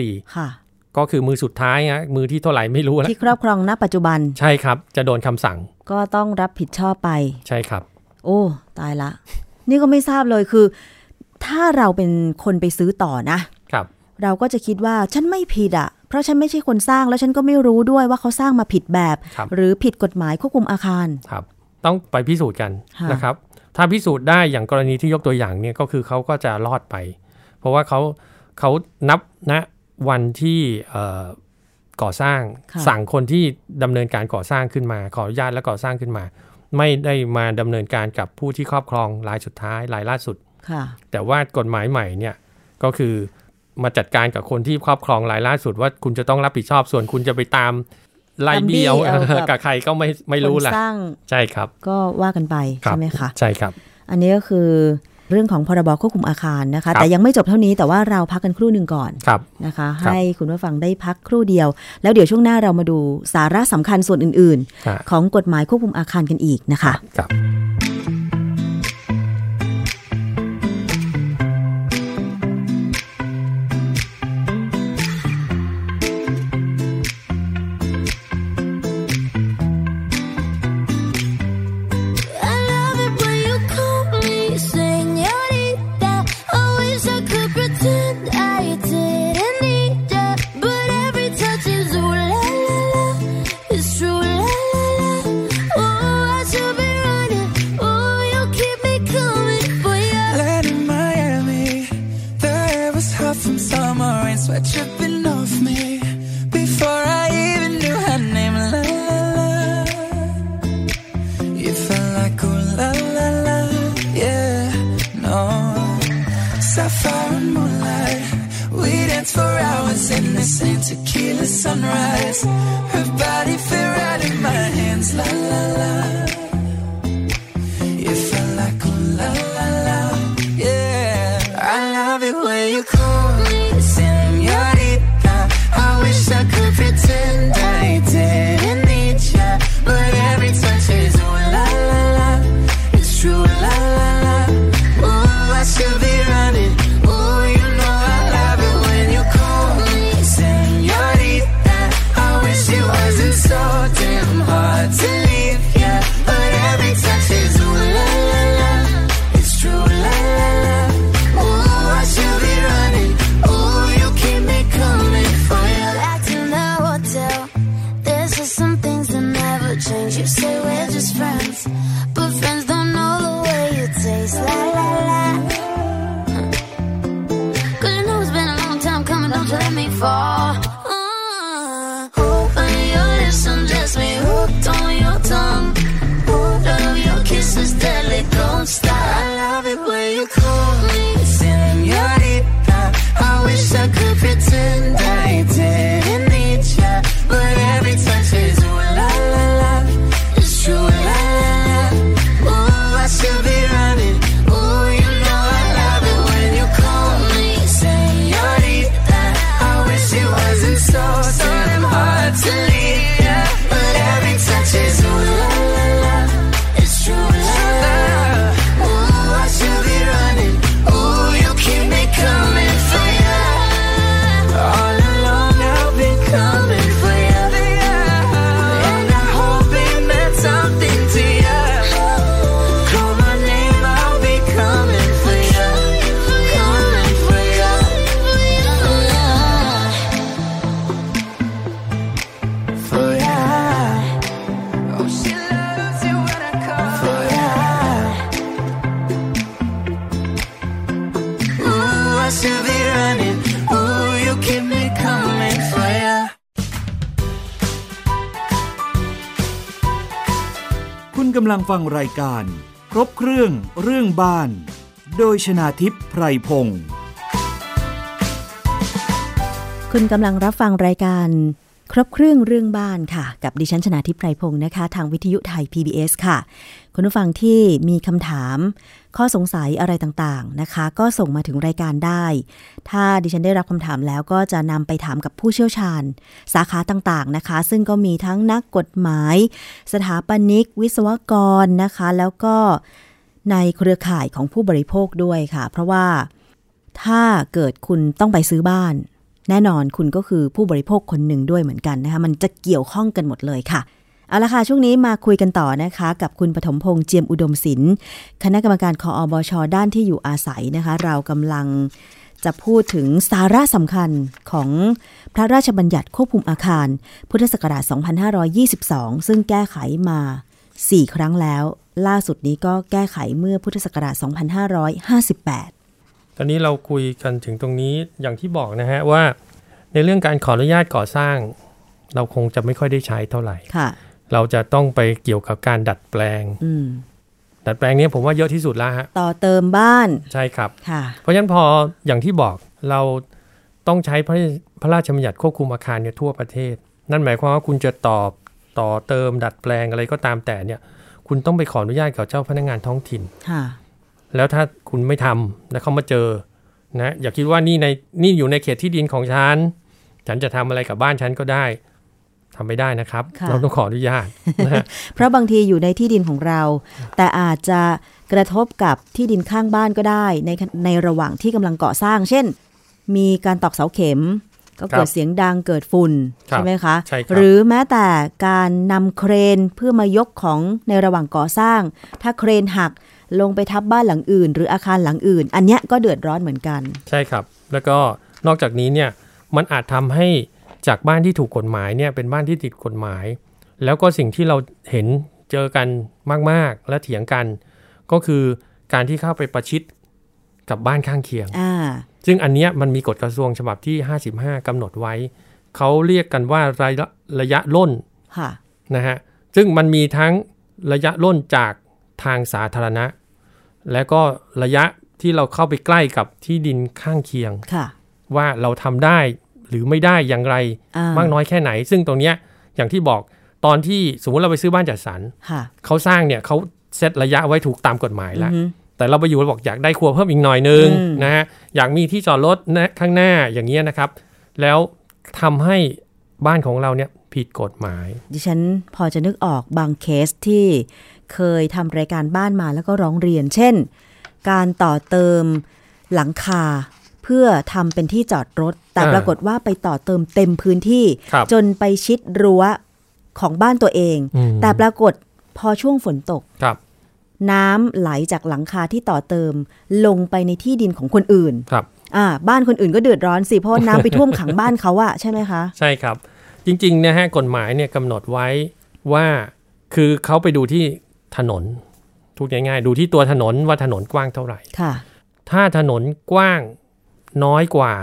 4ก็คือมือสุดท้ายฮะมือที่เท่าไหร่ไม่รู้แล้ว
ที่ครอบครองณปัจจุบัน
ใช่ครับจะโดนคำสั่ง
ก็ต้องรับผิดชอบไป
ใช่ครับ
โอ้ตายละนี่ก็ไม่ทราบเลยคือถ้าเราเป็นคนไปซื้อต่อนะครับเราก็จะคิดว่าฉันไม่ผิดอ่ะเพราะฉันไม่ใช่คนสร้างแล้วฉันก็ไม่รู้ด้วยว่าเขาสร้างมาผิดแบบหรือผิดกฎหมายควบคุมอาคาร
ครับต้องไปพิสูจน์กันนะครับถ้าพิสูจน์ได้อย่างกรณีที่ยกตัวอย่างเนี่ยก็คือเขาก็จะรอดไปเพราะว่าเขานับณวันที่ก่อสร้างสั่งคนที่ดำเนินการก่อสร้างขึ้นมาขออนุญาตและก่อสร้างขึ้นมาไม่ได้มาดำเนินการกับผู้ที่ครอบครองรายสุดท้ายรายล่าสุดแต่ว่ากฎหมายใหม่เนี่ยก็คือมาจัดการกับคนที่ครอบครองรายล่าสุดว่าคุณจะต้องรับผิดชอบส่วนคุณจะไปตามไล่เบี้ยวกับใครก็ไม่รู้แหละใช่ครับก็
ว่ากันไปใช่ไหมคะ
ใช่ครับ
อันนี้ก็คือเรื่องของพรบควบคุมอาคารนะคะแต่ยังไม่จบเท่านี้แต่ว่าเราพักกันครู่หนึ่งก่อนนะคะให้คุณผู้ฟังได้พักครู่เดียวแล้วเดี๋ยวช่วงหน้าเรามาดูสาระสำคัญส่วนอื่นๆของกฎหมายควบคุมอาคารกันอีกนะคะ
ครับ
Tequila sunrise, her body fit right in my hands, la la la. You felt like oh la la la, yeah. I love it when you call me señorita. I wish I could pretend I didn't need ya, but every touch is oh la la la. It's true la la la. Oh, I should be running. Oh, you know I love it when you call me. It wasn't so damn hard to leave, yeah. But every touch is ooh la la la. It's true la la la. Ooh, I should be running. Ooh, you keep me coming for you. Back in the hotel, there's just some things that never change. You say we're just friends, but friends don't know the way you taste. La la la. 'Cause you know it's been a long time coming. Don't you let me fall. Undress me, hooked on your tongue. Love your kisses, deadly, don't stop. I love it when you call me señorita. I wish I could pretend I didn't need ya, but every touch is ooh la la la. It's true la la la. Ooh, I should be running. Ooh, you know I love it when you call me señorita. I wish it wasn't so damn hard to leave. Is ooh la la la, it's true la la. Ooh, I should be running. Ooh, you keep me coming for ya. All along I've been coming for ya, and I hope it meant something to ya. Call my name, I'll be coming for ya, coming for ya, for ya. To be running, ooh, you keep me coming for ya.
คุณกำลังฟังรายการครบเครื่องเรื่องบ้านโดยชนาทิพย์ไพรพงศ์
คุณกำลังรับฟังรายการครบเครื่องเรื่องบ้านค่ะกับดิฉันชนาทิพย์ไพรพงศ์นะคะทางวิทยุไทย PBS ค่ะคุณผู้ฟังที่มีคำถามข้อสงสัยอะไรต่างๆนะคะก็ส่งมาถึงรายการได้ถ้าดิฉันได้รับคำถามแล้วก็จะนำไปถามกับผู้เชี่ยวชาญสาขาต่างๆนะคะซึ่งก็มีทั้งนักกฎหมายสถาปนิกวิศวกรนะคะแล้วก็ในเครือข่ายของผู้บริโภคด้วยค่ะเพราะว่าถ้าเกิดคุณต้องไปซื้อบ้านแน่นอนคุณก็คือผู้บริโภคคนหนึ่งด้วยเหมือนกันนะคะมันจะเกี่ยวข้องกันหมดเลยค่ะเอาละค่ะช่วงนี้มาคุยกันต่อนะคะกับคุณปฐมพงษ์เจียมอุดมศิลป์คณะกรรมการคออบช.ด้านที่อยู่อาศัยนะคะเรากำลังจะพูดถึงสาระสำคัญของพระราชบัญญัติควบคุมอาคารพุทธศักราช 2522 ซึ่งแก้ไขมา4 ครั้งแล้วล่าสุดนี้ก็แก้ไขเมื่อพุทธศักราช 2558
ตอนนี้เราคุยกันถึงตรงนี้อย่างที่บอกนะฮะว่าในเรื่องการขออนุญาตก่อสร้างเราคงจะไม่ค่อยได้ใช้เท่าไหร่เราจะต้องไปเกี่ยวกับการดัดแปลงดัดแปลงนี้ผมว่าเยอะที่สุดแล้วฮะ
ต่อเติมบ้าน
ใช่ครับเพราะฉะนั้นพออย่างที่บอกเราต้องใช้พระราชบัญญัติควบคุมอาคารเนี่ยทั่วประเทศนั่นหมายความว่าคุณจะต่อเติมดัดแปลงอะไรก็ตามแต่เนี่ยคุณต้องไปขออนุญาตกับเจ้าพนักงานท้องถิ่นแล้วถ้าคุณไม่ทำแล้วเขามาเจอนะอย่าคิดว่านี่อยู่ในเขตที่ดินของฉันจะทำอะไรกับบ้านฉันก็ได้ทำไม่ได้นะครับเราต้องขออนุญาตนะ
เพราะบางทีอยู่ในที่ดินของเราแต่อาจจะกระทบกับที่ดินข้างบ้านก็ได้ในระหว่างที่กำลังก่อสร้างเช่นมีการตอกเสาเข็มก็เกิดเสียงดังเกิดฝุ่นใช่ไหมคะหรือแม้แต่การนำเครนเพื่อมายกของในระหว่างก่อสร้างถ้าเครนหักลงไปทับบ้านหลังอื่นหรืออาคารหลังอื่นอันเนี้ยก็เดือดร้อนเหมือนกัน
ใช่ครับแล้วก็นอกจากนี้เนี่ยมันอาจทำให้จากบ้านที่ถูกกฎหมายเนี่ยเป็นบ้านที่ติดกฎหมายแล้วก็สิ่งที่เราเห็นเจอกันมากๆและเถียงกันก็คือการที่เข้าไปประชิดกับบ้านข้างเคียงซึ่งอันเนี้ยมันมีกฎกระทรวงฉบับที่55กำหนดไว้เขาเรียกกันว่าระยะร่นนะฮะซึ่งมันมีทั้งระยะร่นจากทางสาธารณะและก็ระยะที่เราเข้าไปใกล้กับที่ดินข้างเคียงว่าเราทำได้หรือไม่ได้อย่างไรมากน้อยแค่ไหนซึ่งตรงเนี้ยอย่างที่บอกตอนที่สมมุติเราไปซื้อบ้านจัดสรรเขาสร้างเนี่ยเขาเซตระยะไว้ถูกตามกฎหมายแล้วแต่เราไปอยู่บอกอยากได้ครัวเพิ่มอีกหน่อยนึงนะฮะอยากมีที่จอดรถนะข้างหน้าอย่างเงี้ยนะครับแล้วทำให้บ้านของเราเนี่ยผิดกฎหมาย
ดิฉันพอจะนึกออกบางเคสที่เคยทำรายการบ้านมาแล้วก็ร้องเรียนเช่นการต่อเติมหลังคาเพื่อทำเป็นที่จอดรถแต่ปรากฏว่าไปต่อเติมเต็มพื้นที่จนไปชิดรั้วของบ้านตัวเองแต่ปรากฏพอช่วงฝนตกน้ำไหลจากหลังคาที่ต่อเติมลงไปในที่ดินของคนอื่นบ้านคนอื่นก็เดือดร้อนสิเพราะน้ำไปท่วมขังบ้านเขาอะใช่ไหมคะ
ใช่ครับจริงๆนะฮะกฎหมายเนี่ยกำหนดไว้ว่าคือเขาไปดูที่ถนนทุกง่ายๆดูที่ตัวถนนว่าถนนกว้างเท่าไหร่ถ้าถนนกว้างน้อยกว่า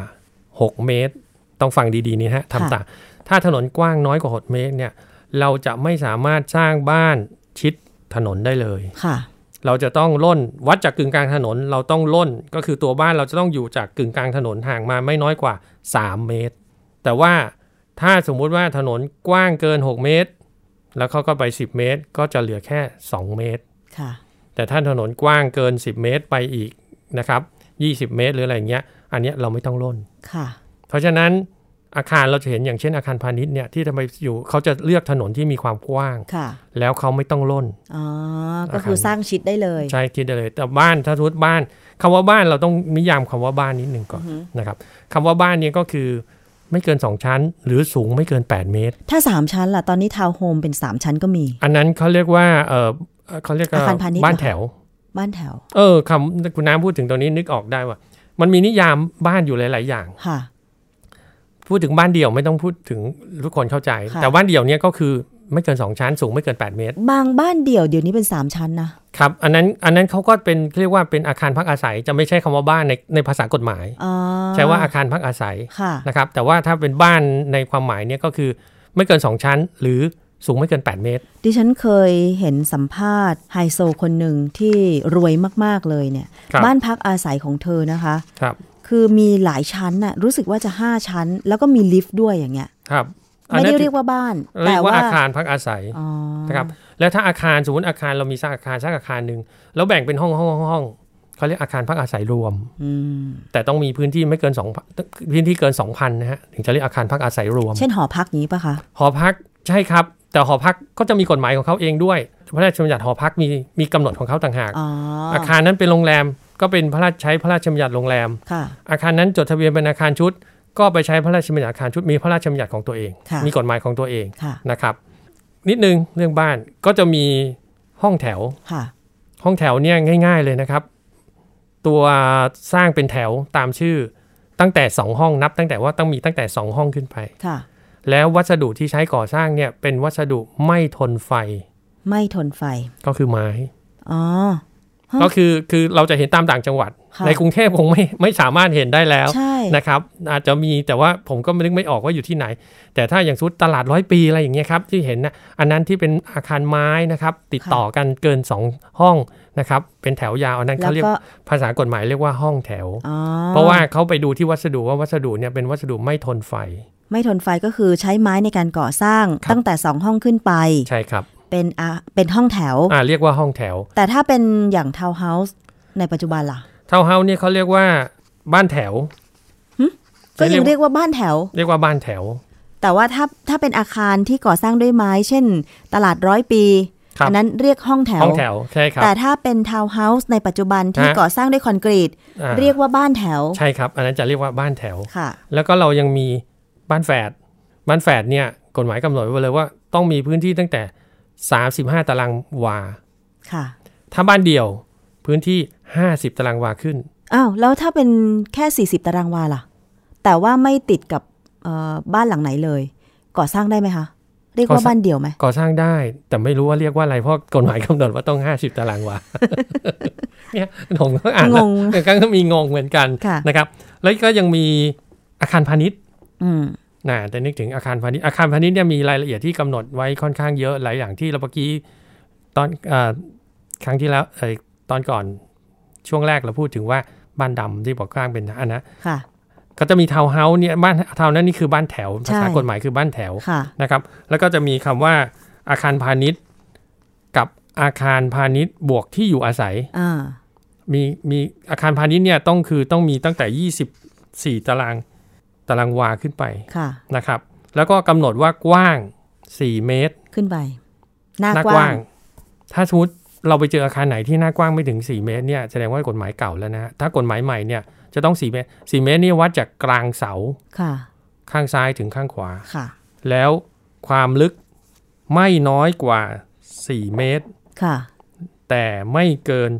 6เมตรต้องฟังดีๆนี่ฮะทำตามถ้าถนนกว้างน้อยกว่า6เมตรเนี่ยเราจะไม่สามารถสร้างบ้านชิดถนนได้เลยเราจะต้องล่นวัดจากกึ่งกลางถนนเราต้องล่นก็คือตัวบ้านเราจะต้องอยู่จากกึ่งกลางถนนห่างมาไม่น้อยกว่า3เมตรแต่ว่าถ้าสมมุติว่าถนนกว้างเกิน6เมตรแล้วเขาก็ไป10เมตรก็จะเหลือแค่2เมตรแต่ถ้าถนนกว้างเกิน10เมตรไปอีกนะครับ20เมตรหรืออะไรเงี้ยอันนี้เราไม่ต้องล่นเพราะฉะนั้นอาคารเราจะเห็นอย่างเช่นอาคารพาณิชย์เนี่ยที่ทำไมอยู่เขาจะเลือกถนนที่มีความกว้างแล้วเขาไม่ต้องล่น
ก็คือสร้างชิดได้เลย
ใช่ชิดได้เลยแต่บ้านถ้าทุกบ้านคำว่าบ้านเราต้องนิยามคำว่าบ้านนิดนึงก่อนนะครับคำว่าบ้านเนี่ยก็คือไม่เกิน2ชั้นหรือสูงไม่เกิน8เมตร
ถ้า3ชั้นล่ะตอนนี้ทาวน์โฮมเป็น3ชั้นก็มี
อันนั้นเขาเรียกว่าเขาเรียกว่าบ้านแถวคำคุณน้ำพูดถึงตรงนี้นึกออกได้ว่ามันมีนิยามบ้านอยู่หลายๆอย่างพูดถึงบ้านเดี่ยวไม่ต้องพูดถึงทุกคนเข้าใจแต่บ้านเดี่ยวเนี่ยก็คือไม่เกิน2ชั้นสูงไม่เกิน8เมตร
บางบ้านเดี่ยวเดี๋ยวนี้เป็น3ชั้น
นะครับอันนั้นเขาก็เป็นเรียกว่าเป็นอาคารพักอาศัยจะไม่ใช่คำว่าบ้านในภาษากฎหมายใช้ว่าอาคารพักอาศัยนะครับแต่ว่าถ้าเป็นบ้านในความหมายเนี่ยก็คือไม่เกิน2ชั้นหรือสูงไม่เกิน8เมตร
ดิฉันเคยเห็นสัมภาษณ์ไฮโซคนหนึ่งที่รวยมากๆเลยเนี่ย บ้านพักอาศัยของเธอนะคะคือมีหลายชั้นน่ะรู้สึกว่าจะ5ชั้นแล้วก็มีลิฟต์ด้วยอย่างเงี้ยไม่ได้เรียกว่าบ้าน
แต่ว่าอาคารพักอาศัยนะครับแล้วถ้าอาคารสมมติอาคารเรามีสร้างอาคารนึงแล้วแบ่งเป็นห้องเขาเรียกอาคารพักอาศัยรวมแต่ต้องมีพื้นที่ไม่เกิน2พื้นที่เกิน 2,000 นะฮะถึงจะเรียกอาคารพักอาศัยรวม
เช่นหอพักนี้ป่ะคะ
หอพักใช่ครับแต่หอพักก็จะมีกฎหมายของเขาเองด้วยพระราชบัญญัติหอพักมีกำหนดของเขาต่างหากอาคารนั้นเป็นโรงแรมก็เป็นใช้พระราชบัญญัติโรงแรมอาคารนั้นจดทะเบียนเป็นอาคารชุดก็ไปใช้พระราชบัญญัติอาคารชุดมีพระราชบัญญัติของตัวเองมีกฎหมายของตัวเองนะครับนิดนึงเรื่องบ้านก็จะมีห้องแถวห้องแถวเนี่ยง่ายๆเลยนะครับตัวสร้างเป็นแถวตามชื่อตั้งแต่2ห้องนับตั้งแต่ว่าต้องมีตั้งแต่2ห้องขึ้นไป
ค่ะ
แล้ววัสดุที่ใช้ก่อสร้างเนี่ยเป็นวัสดุไม่ทนไฟ
ไม่ทนไฟ
ก็คือไม้
อ๋อ
ก็คือเราจะเห็นตามต่างจังหวัดในกรุงเทพคงไม่สามารถเห็นได้แล้วนะครับอาจจะมีแต่ว่าผมก็นึกไม่ออกว่าอยู่ที่ไหนแต่ถ้าอย่างสุดตลาด100 ปีอะไรอย่างเงี้ยครับที่เห็นนะอันนั้นที่เป็นอาคารไม้นะครับติดต่อกันเกิน2ห้องนะครับเป็นแถวยาวอันนั้นเขาเรียกภาษากฎหมายเรียกว่าห้องแถวเพราะว่าเขาไปดูที่วัสดุว่าวัสดุเนี่ยเป็นวัสดุไม่ทนไฟ
ไม่ทนไฟก็คือใช้ไม้ในการก่อสร้างตั้งแต่2ห้องขึ้นไป
ใช่ครับ
เป็นห้องแถว
เรียกว่าห้องแถว
แต่ถ้าเป็นอย่างทาวน์เฮาส์ในปัจจุบันล่ะ
ทาวน์เฮาส์เนี่ยเขาเรียกว่าบ้านแถว
ก็ยังเรียกว่าบ้านแถว
เรียกว่าบ้านแถว
แต่ว่าถ้าเป็นอาคารที่ก่อสร้างด้วยไม้เช่นตลาด100 ปีอันนั้นเรียกห้องแถว
ใช่ครับ
แต่ถ้าเป็นทาวน์เฮาส์ในปัจจุบันที่ก่อสร้างด้วยคอนกรีตเรียกว่าบ้านแถว
ใช่ครับอันนั้นจะเรียกว่าบ้านแถว
ค่ะ
แล้วก็เรายังมีบ้านแฝดเนี่ยกฎหมายกำหนดไว้เลยว่าต้องมีพื้นที่ตั้งแต่35 ตารางวา
ค่ะ
ถ้าบ้านเดี่ยวพื้นที่50 ตารางวาขึ้น
อ้าวแล้วถ้าเป็นแค่40 ตารางวาล่ะแต่ว่าไม่ติดกับบ้านหลังไหนเลยก่อสร้างได้ไหมคะเรียกว่าบ้านเดี่ยวไหม
ก่อสร้างได้แต่ไม่รู้ว่าเรียกว่าอะไรเพราะกฎหมายกำหนดว่าต้อง50 ตารางวาเนี่ยผมก็อ่านแล้วก็มีงงเหมือนกันนะครับแล้วก็ยังมีอาคารพาณิชย์แต่นึกถึงอาคารพาณิชย์เนี่ยมีรายละเอียดที่กำหนดไว้ค่อนข้างเยอะหลายอย่างที่เราเมื่อกี้ตอนครั้งที่แล้วตอนก่อนช่วงแรกเราพูดถึงว่าบ้านดำที่บอกสร้างเป็นอันนะก็จะมีทาวน์เฮาส์เนี่ยบ้านทาวน์นั้นนี่คือบ้านแถวภาษากฎหมายคือบ้านแถวนะครับแล้วก็จะมีคำว่าอาคารพาณิชย์กับอาคารพาณิชย์บวกที่อยู่อาศัยมีอาคารพาณิชย์เนี่ยต้องมีตั้งแต่24 ตารางวาขึ้นไปนะครับแล้วก็กำหนดว่ากว้าง4 เมตร
ขึ้นไปหน้าก
ว้างถ้าสมมติเราไปเจออาคารไหนที่หน้ากว้างไม่ถึง4 เมตรเนี่ยแสดงว่ากฎหมายเก่าแล้วนะถ้ากฎหมายใหม่เนี่ยจะต้อง4 เมตร4 เมตรนี่วัดจากกลางเสาข้างซ้ายถึงข้างขวาแล้วความลึกไม่น้อยกว่า4 เมตรแต่ไม่เกิน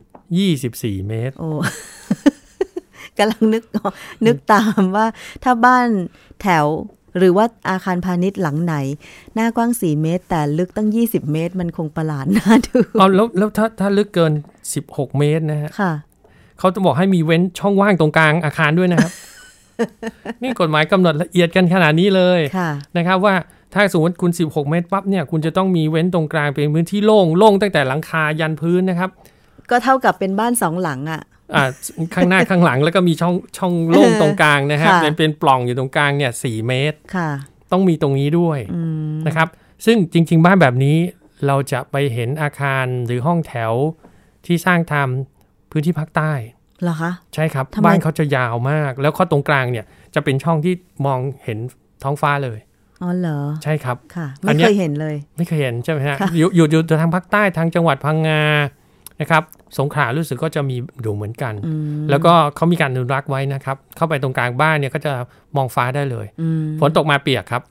24 เมตร
โอ้ กำลังนึกตามว่าถ้าบ้านแถวหรือว่าอาคารพาณิชย์หลังไหนหน้ากว้าง4 เมตรแต่ลึกตั้ง20 เมตรมันคงประหลาดน่าดู
แล้วถ้าลึกเกิน16 เมตรนะฮะเขาจะบอกให้มีเว้นช่องว่างตรงกลางอาคารด้วยนะครับ นี่กฎหมายกำหนดละเอียดกันขนาดนี้เลยนะครับว่าถ้าสมมติคุณ16 เมตรปั๊บเนี่ยคุณจะต้องมีเว้นตรงกลางเป็นพื้นที่โล่งตั้งแต่หลังคายันพื้นนะครับ
ก็เท่ากับเป็นบ้าน2 หลังอ่ะ
ข้างหน้าข้างหลังแล้วก็มีช่องโล่งตรงกลางนะฮะเป็นปล่องอยู่ตรงกลางเนี่ย4 เมตรต้องมีตรงนี้ด้วยนะครับซึ่งจริงๆบ้านแบบนี้เราจะไปเห็นอาคารหรือห้องแถวที่สร้างทำพื้นที่ภาคใต้
เหรอคะ
ใช่ครับบ้านเขาจะยาวมากแล้วข้อตรงกลางเนี่ยจะเป็นช่องที่มองเห็นท้องฟ้าเลย
อ๋อเหรอ
ใช่ครับ
ค่ะไม่เคยเห็นเลย
ไม่เคยเห็นใช่ไหมฮะอยู่ทางภาคใต้ทางจังหวัดพังงานะครับสงขลารู้สึกก็จะมีดูเหมือนกันแล้วก็เขามีการอนุรักษ์ไว้นะครับเข้าไปตรงกลางบ้านเนี่ยก็จะมองฟ้าได้เลยฝนตกมาเปียกครับ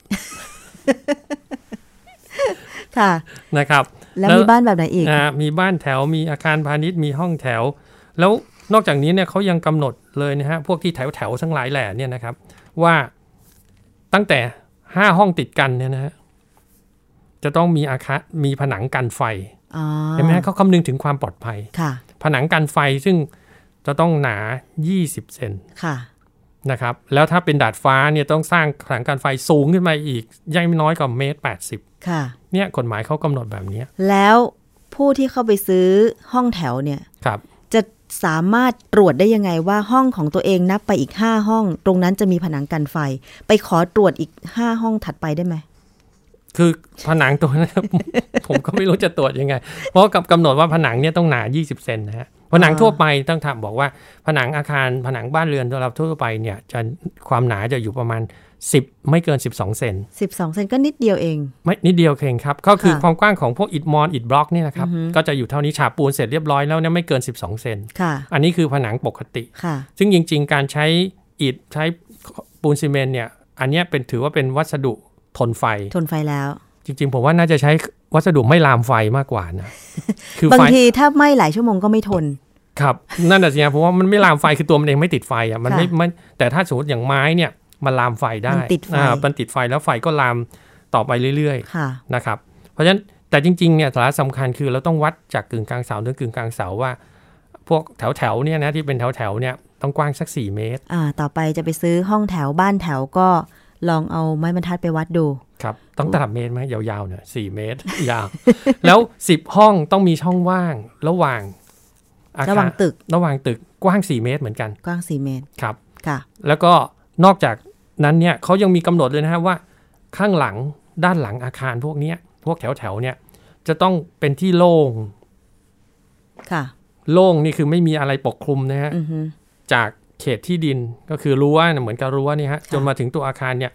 ค่ะ
นะครับ
แล้วมีบ้านแบบไหนอีก
มีบ้านแถวมีอาคารพาณิชย์มีห้องแถวแล้วนอกจากนี้เนี่ยเขายังกำหนดเลยนะฮะพวกที่แถวทั้งหลายแหล่เนี่ยนะครับว่าตั้งแต่5 ห้องติดกันเนี่ยนะฮะจะต้องมีมีผนังกันไฟเห็นไหมเขาคำนึงถึงความปลอดภัยผนังกันไฟซึ่งจะต้องหนา20 เซนนะครับแล้วถ้าเป็นดาดฟ้าเนี่ยต้องสร้างผนังกันไฟสูงขึ้นมาอีกยังไม่น้อยกว่า1.80 ค่ะเนี่ยกฎหมายเขากำหนดแบบนี้
แล้วผู้ที่เข้าไปซื้อห้องแถวเนี่ยจะสามารถตรวจได้ยังไงว่าห้องของตัวเองนับไปอีก5 ห้องตรงนั้นจะมีผนังกันไฟไปขอตรวจอีก5 ห้องถัดไปได้ไหม
คือผนังตัวนั้น ผมก็ไม่รู้จะตรวจยังไงเพราะกำหนดว่าผนังเนี่ยต้องหนา20 เซนนะฮะผนังทั่วไปต้องบอกว่าผนังอาคารผนังบ้านเรือนเราทั่วไปเนี่ยจะความหนาจะอยู่ประมาณ10ไม่เกิน12 เซน
12 เซนก็นิดเดียวเอง
ไม่นิดเดียวเองครับก็คือความกว้างของพวกอิฐมอนอิฐบล็อกนี่นะครับก็จะอยู่เท่านี้ฉาบปูนเสร็จเรียบร้อยแล้วเนี่ยไม่เกิน12 เซนอันนี้คือผนังปกติซึ่งจริงๆการใช้อิฐใช้ปูนซีเมนต์เนี่ยอันนี้ถือว่าเป็นวัสดุทนไฟ
แล้ว
จริงๆผมว่าน่าจะใช้วัสดุไม่ลามไฟมากกว่านะ
คือบางทีถ้าไหม้หลายชั่วโมงก็ไม่ทน
ครับนั่นแหละสิครับเพราะว่ามันไม่ลามไฟคือตัวมันเองไม่ติดไฟอ่ะมันไม่แต่ถ้าสมมติอย่างไม้เนี่ยมันลามไฟได้มันติดไฟแล้วไฟก็ลามต่อไปเรื่อยๆนะครับเพราะฉะนั้นแต่จริงๆเนี่ยสาระสำคัญคือเราต้องวัดจากกึ่งกลางเสาถึงกึ่งกลางเสาว่าพวกแถวๆเนี่ยนะที่เป็นแถวๆเนี่ยต้องกว้างสัก4 เมตร
ต่อไปจะไปซื้อห้องแถวบ้านแถวก็ลองเอาไม้บรรทัดไปวัดดู
ครับต้องตลับเมตรไหมยาวๆเนี่ย4 เมตรยาวแล้ว10 ห้องต้องมีช่องว่างระหว่าง
ตึก
กว้าง4 เมตรเหมือนกัน
กว้าง4 เมตร
ครับ
ค่ะ
แล้วก็นอกจากนั้นเนี่ยเขายังมีกำหนดเลยนะครับว่าข้างหลังด้านหลังอาคารพวกนี้พวกแถวๆเนี่ยจะต้องเป็นที่โล่ง
ค่ะ
โล่งนี่คือไม่มีอะไรปกคลุมนะฮะจากเขตที่ดินก็คือรั้วเหมือนกับรั้วนี่ฮะจนมาถึงตัวอาคารเนี่ย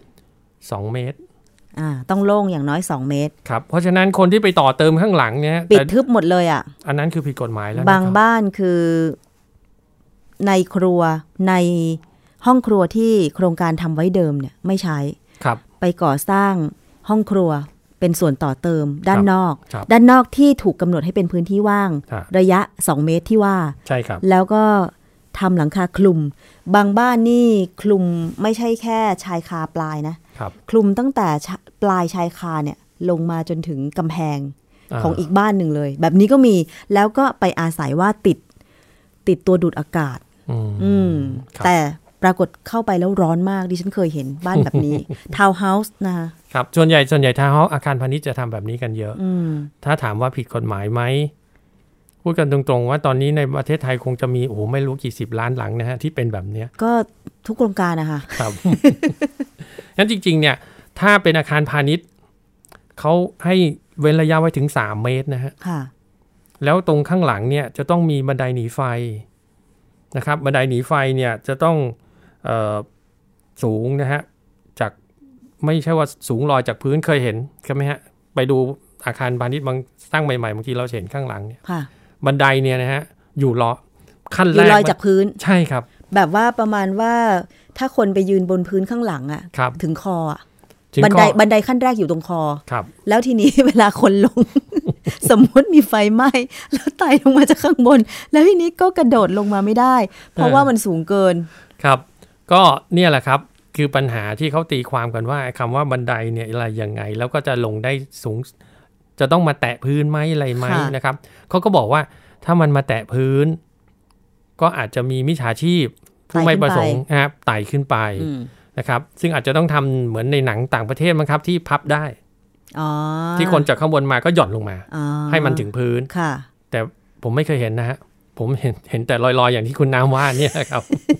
2 เมตร
ต้องโล่งอย่างน้อย2 เมตร
ครับเพราะฉะนั้นคนที่ไปต่อเติมข้างหลังเนี่ย
ปิดทึบหมดเลย
อันนั้นคือผิดกฎหมายแล้ว
บางบ้านคือในครัวในห้องครัวที่โครงการทำไว้เดิมเนี่ยไม่ใช้ไปก่อสร้างห้องครัวเป็นส่วนต่อเติมด้านนอกที่ถูกกำหนดให้เป็นพื้นที่ว่างระยะ2 เมตรที่ว่า
ใช่ครับ
แล้วก็ทำหลังคาคลุมบางบ้านนี่คลุมไม่ใช่แค่ชายคาปลายนะคลุมตั้งแต่ปลายชายคาเนี่ยลงมาจนถึงกำแพงของอีกบ้านหนึ่งเลยแบบนี้ก็มีแล้วก็ไปอาศัยว่าติดตัวดูดอากาศแต่ปรากฏเข้าไปแล้วร้อนมากดิฉันเคยเห็นบ้านแบบนี้ ทาวน์เฮาส์นะคะ
ครับส่วนใหญ่ทาวน์เฮาส์อาคารพาณิชย์จะทำแบบนี้กันเยอะถ้าถามว่าผิดกฎหมายไหมพูดกันตรงๆว่าตอนนี้ในประเทศไทยคงจะมีไม่รู้กี่10 ล้านหลังนะฮะที่เป็นแบบนี้
ก็ทุกโครงการนะคะ
ครับ งั้นจริงๆเนี่ยถ้าเป็นอาคารพาณิชย์เขาให้เว้นระยะไว้ถึง3 เมตรนะฮะแล้วตรงข้างหลังเนี่ยจะต้องมีบันไดหนีไฟนะครับบันไดหนีไฟเนี่ยจะต้องสูงนะฮะจากไม่ใช่ว่าสูงลอยจากพื้นเคยเห็นใช่ไหมฮะไปดูอาคารพาณิชย์บางสร้างใหม่ๆบางทีเราเห็นข้างหลังเนี่ยบันไดเนี่ยนะฮะอยู่ขั้นแรก
ลอยจากพื้น
ใช่ครับ
แบบว่าประมาณว่าถ้าคนไปยืนบนพื้นข้างหลังถึงคอบันไดขั้นแรกอยู่ตรงคอแล้วทีนี้เวลาคนลง สมมติมีไฟไหม้แล้วไต่ลงมาจากข้างบนแล้วทีนี้ก็กระโดดลงมาไม่ได้เพราะว่ามันสูงเกิน
ครับก็เนี่ยแหละครับคือปัญหาที่เขาตีความกันว่าคำว่าบันไดเนี่ยอะไรยังไงแล้วก็จะลงได้สูงจะต้องมาแตะพื้นไหมอะไรไหมนะครับเขาก็บอกว่าถ้ามันมาแตะพื้นก็อาจจะมีมิจฉาชีพผู้ไม่ประสงค์นะครับไต่ขึ้นไปนะครับซึ่งอาจจะต้องทำเหมือนในหนังต่างประเทศมั้งครับที่พับได้ที่คนจากข้างบนมาก็หย่อนลงมาให้มันถึงพื้นแต่ผมไม่เคยเห็นนะฮะผมเห็นแต่ลอยๆอย่างที่คุณน้ำว่าเนี่ยครับ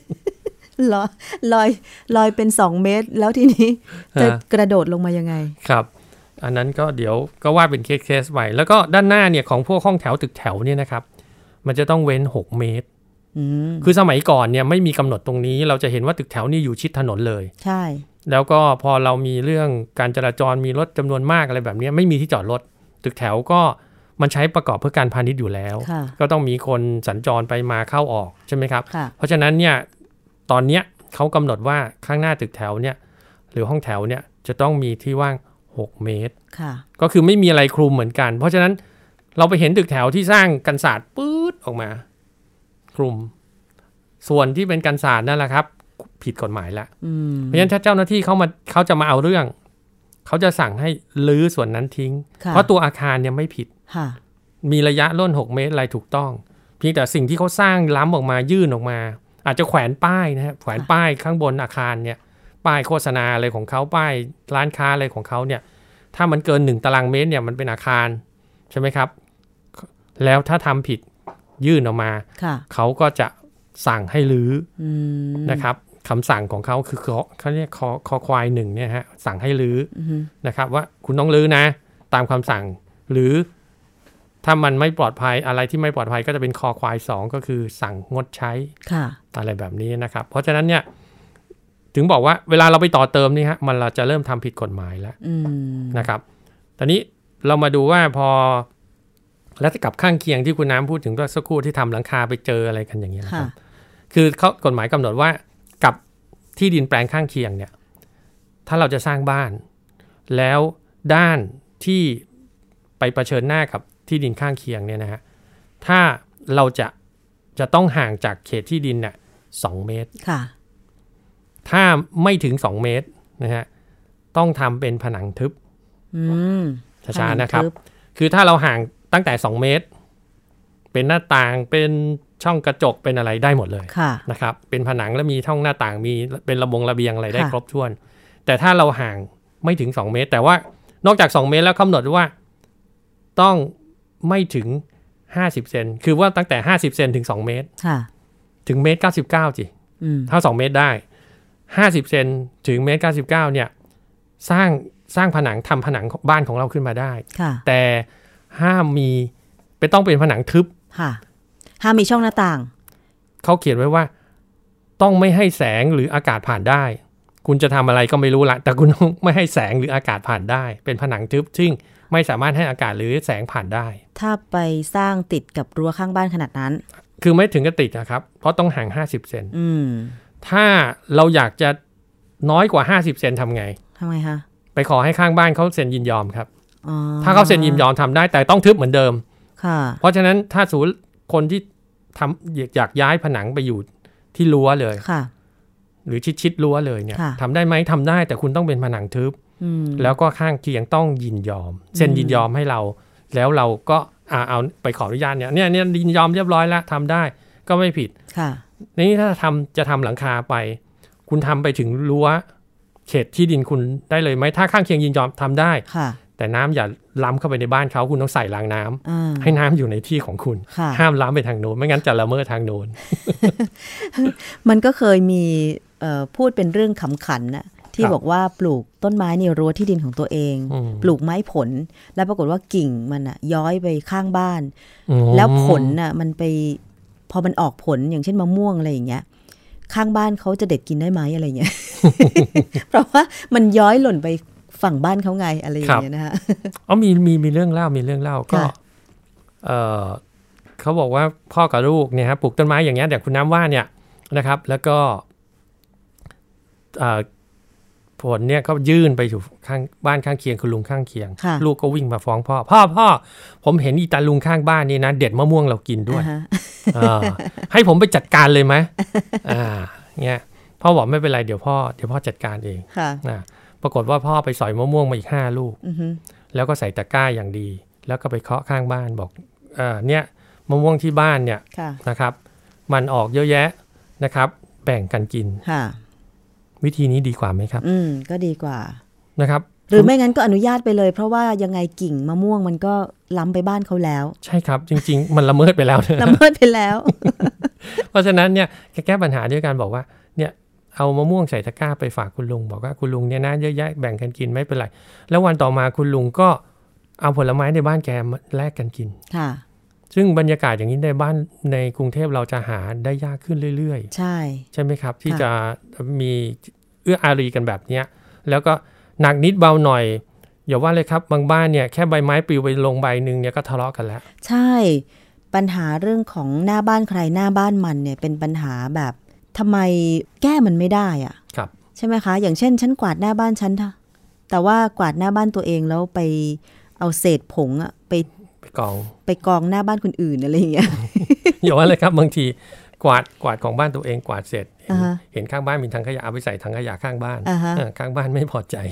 ลอยเป็น2 เมตรแล้วทีนี้จะกระโดดลงมายังไง
ครับอันนั้นก็เดี๋ยวก็ว่าเป็นเคสไปแล้วก็ด้านหน้าเนี่ยของพวกห้องแถวตึกแถวเนี่ยนะครับมันจะต้องเว้น6 เมตรคือสมัยก่อนเนี่ยไม่มีกำหนดตรงนี้เราจะเห็นว่าตึกแถวนี่อยู่ชิดถนนเลย
ใช่
แล้วก็พอเรามีเรื่องการจราจรมีรถจำนวนมากอะไรแบบนี้ไม่มีที่จอดรถตึกแถวก็มันใช้ประกอบเพื่อการพาณิชย์อยู่แล้วก็ต้องมีคนสัญจรไปมาเข้าออกใช่ไหมครับเพราะฉะนั้นเนี่ยตอนเนี้ยเขากำหนดว่าข้างหน้าตึกแถวเนี่ยหรือห้องแถวเนี่ยจะต้องมีที่ว่าง6 เมตรก็คือไม่มีอะไรคลุมเหมือนกันเพราะฉะนั้นเราไปเห็นตึกแถวที่สร้างกันศาสตร์ปื๊ดออกมาคลุมส่วนที่เป็นกันศาสตร์นั่นแหละครับผิดกฎหมายแล้วเพราะฉะนั้นถ้าเจ้าหน้าที่เขาจะมาเอาเรื่องเขาจะสั่งให้รื้อส่วนนั้นทิ้งเพราะตัวอาคารเนี่ยไม่ผิดมีระยะร่น6 เมตรอะไรถูกต้องเพียงแต่สิ่งที่เขาสร้างล้ำออกมายื่นออกมาอาจจะแขวนป้ายนะฮะแขวนป้ายข้างบนอาคารเนี่ยป้ายโฆษณาอะไรของเขาป้ายร้านค้าอะไรของเขาเนี่ยถ้ามันเกิน1 ตารางเมตรเนี่ยมันเป็นอาคารใช่ไหมครับแล้วถ้าทำผิดยื่นออกมาเขาก็จะสั่งให้รื้อนะครับคำสั่งของเขาคือเขาเรียกคอควาย1เนี่ยฮะสั่งให้รื้อนะครับว่าคุณต้องรื้อนะตามคำสั่งหรือถ้ามันไม่ปลอดภัยอะไรที่ไม่ปลอดภัยก็จะเป็นคอควาย2ก็คือสั่งงดใช้อะไรแบบนี้นะครับเพราะฉะนั้นเนี่ยถึงบอกว่าเวลาเราไปต่อเติมนี่ฮะเราจะเริ่มทำผิดกฎหมายแล้วนะครับตอนนี้เรามาดูว่าพอและกับข้างเคียงที่คุณน้ำพูดถึงสักครู่ที่ทำหลังคาไปเจออะไรกันอย่างเงี้ยนะครับคือเขากฎหมายกำหนดว่ากับที่ดินแปลงข้างเคียงเนี่ยถ้าเราจะสร้างบ้านแล้วด้านที่ไปเผชิญหน้ากับที่ดินข้างเคียงเนี่ยนะฮะถ้าเราจะจะต้องห่างจากเขตที่ดินเนี่ย2 เมตร
ค่ะ
ถ้าไม่ถึง2 เมตรนะฮะต้องทำเป็นผนังทึบช้าๆนะครับคือถ้าเราห่างตั้งแต่2 เมตรเป็นหน้าต่างเป็นช่องกระจกเป็นอะไรได้หมดเลยนะครับเป็นผนังแล้วมีช่องหน้าต่างมีเป็นระเบียงอะไรได้ครบถ้วนแต่ถ้าเราห่างไม่ถึง2 เมตรแต่ว่านอกจาก2 เมตรแล้วกำหนดว่าต้องไม่ถึง50 เซนคือว่าตั้งแต่50 เซนถึง2 เมตรถึงเมตร99จิถ้า2 เมตรได้50 เซนถึงเมตร99เนี่ยสร้างผนังทำผนังบ้านของเราขึ้นมาได้แต่ห้ามมีต้องเป็นผนังทึบ
ห้ามมีช่องหน้าต่าง
เขาเขียนไว้ว่าต้องไม่ให้แสงหรืออากาศผ่านได้คุณจะทำอะไรก็ไม่รู้ละแต่คุณต้องไม่ให้แสงหรืออากาศผ่านได้เป็นผนังทึบซึ่งไม่สามารถให้อากาศหรือแสงผ่านได้
ถ้าไปสร้างติดกับรั้วข้างบ้านขนาดนั้น
คือไม่ถึงกับติดนะครับเพราะต้องห่าง50 เซนถ้าเราอยากจะน้อยกว่า50 เซนทำไง
คะ
ไปขอให้ข้างบ้านเขาเซ็นยินยอมครับถ้าเขาเซ็นยินยอมทำได้แต่ต้องทึบเหมือนเดิมเพราะฉะนั้นถ้าสูคนที่อยากย้ายผนังไปอยู่ที่รั้วเลยหรือชิดรั้วเลยเนี่ยทำได้ไหมทำได้แต่คุณต้องเป็นผนังทึบแล้วก็ข้างเคียงต้องยินยอมเซ็นยินยอมให้เราแล้วเราก็เอาไปขออนุญาตเนี่ยยินยอมเรียบร้อยแล้วทำได้ก็ไม่ผิดนี่ถ้าจะทำหลังคาไปคุณทำไปถึงรั้วเขตที่ดินคุณได้เลยไหมถ้าข้างเคียงยินยอมทำได้แต่น้ำอย่าล้ำเข้าไปในบ้านเขาคุณต้องใส่รางน้ำให้น้ำอยู่ในที่ของคุณห้ามล้ำไปทางโน้นไม่งั้นจะละเมิดทางโน้น
มันก็เคยมีพูดเป็นเรื่องขำขันนะที่บอกว่าปลูกต้นไม้ในรั้วที่ดินของตัวเองปลูกไม้ผลแล้วปรากฏว่ากิ่งมันย้อยไปข้างบ้านแล้วผลมันไปพอมันออกผลอย่างเช่นมะม่วงอะไรอย่างเงี้ยข้างบ้านเขาจะเด็ดกินได้ไหมอะไรเงี้ย เพราะว่ามันย้อยหล่นไปฝั่งบ้านเขาไงอะไรอย่างเงี้ยนะฮะ
มีเรื่องเล่าก็เขาบอกว่าพ่อกับลูกเนี่ยครับปลูกต้นไม้อย่างเงี้ยเดี๋ยวคุณน้ำว่าเนี่ยนะครับแล้วก็ผลเนี่ยก็ยื่นไปอยู่ข้างบ้านข้างเคียงคุณลุงข้างเคียงลูกก็วิ่งมาฟ้องพ่อผมเห็นอีตาลุงข้างบ้านนี่นะเด็ดมะม่วงเรากินด้วยให้ผมไปจัดการเลยไหมเนี่ยพ่อบอกไม่เป็นไรเดี๋ยวพ่อจัดการเองปรากฏว่าพ่อไปสอยมะม่วงมาอีก5 ลูกแล้วก็ใส่ตะกร้าอย่างดีแล้วก็ไปเคาะข้างบ้านบอกเนี่ยมะม่วงที่บ้านเนี่ยนะครับมันออกเยอะแยะนะครับแบ่งกันกินวิธีนี้ดีกว่าไหมครับ
ก็ดีกว่า
นะครับ
หรือไม่งั้นก็อนุญาตไปเลยเพราะว่ายังไงกิ่งมะม่วงมันก็ล้ำไปบ้านเขาแล้ว
ใช่ครับจริงๆมันละเมิดไปแล้ว
ละเมิดไปแล้ว
เพราะฉะนั้นเนี่ยแก้ปัญหาด้วยการบอกว่าเนี่ยเอามะม่วงใส่ตะกร้าไปฝากคุณลุงบอกว่าคุณลุงเนี่ยนะเยอะแยะแบ่งกันกินไม่เป็นไรแล้ววันต่อมาคุณลุงก็เอาผลไม้ในบ้านแกแลกกันกินซึ่งบรรยากาศอย่างนี้ในบ้านในกรุงเทพเราจะหาได้ยากขึ้นเรื่อยๆใช่ไหมครับที่จะมีเอื้ออารีกันแบบนี้แล้วก็หนักนิดเบาหน่อยอย่าว่าเลยครับบางบ้านเนี่ยแค่ใบไม้ปลิวไปลงใบนึงเนี่ยก็ทะเลาะกันแล้ว
ใช่ปัญหาเรื่องของหน้าบ้านใครหน้าบ้านมันเนี่ยเป็นปัญหาแบบทำไมแก้มันไม่ได้อะ
ครับ
ใช่ไหมคะอย่างเช่นฉันกวาดหน้าบ้านฉันแต่ว่ากวาดหน้าบ้านตัวเองแล้วไปเอาเศษผงไปกองหน้าบ้านคนอื่นอะไรอย่างเงี้ย
อย่าว่าเลยครับบางทีกวาดของบ้านตัวเองกวาดเสร็จเห็นข้างบ้านมีถังขยะเอาไปใส่ถังขยะข้างบ้านข้างบ้านไม่พอใจ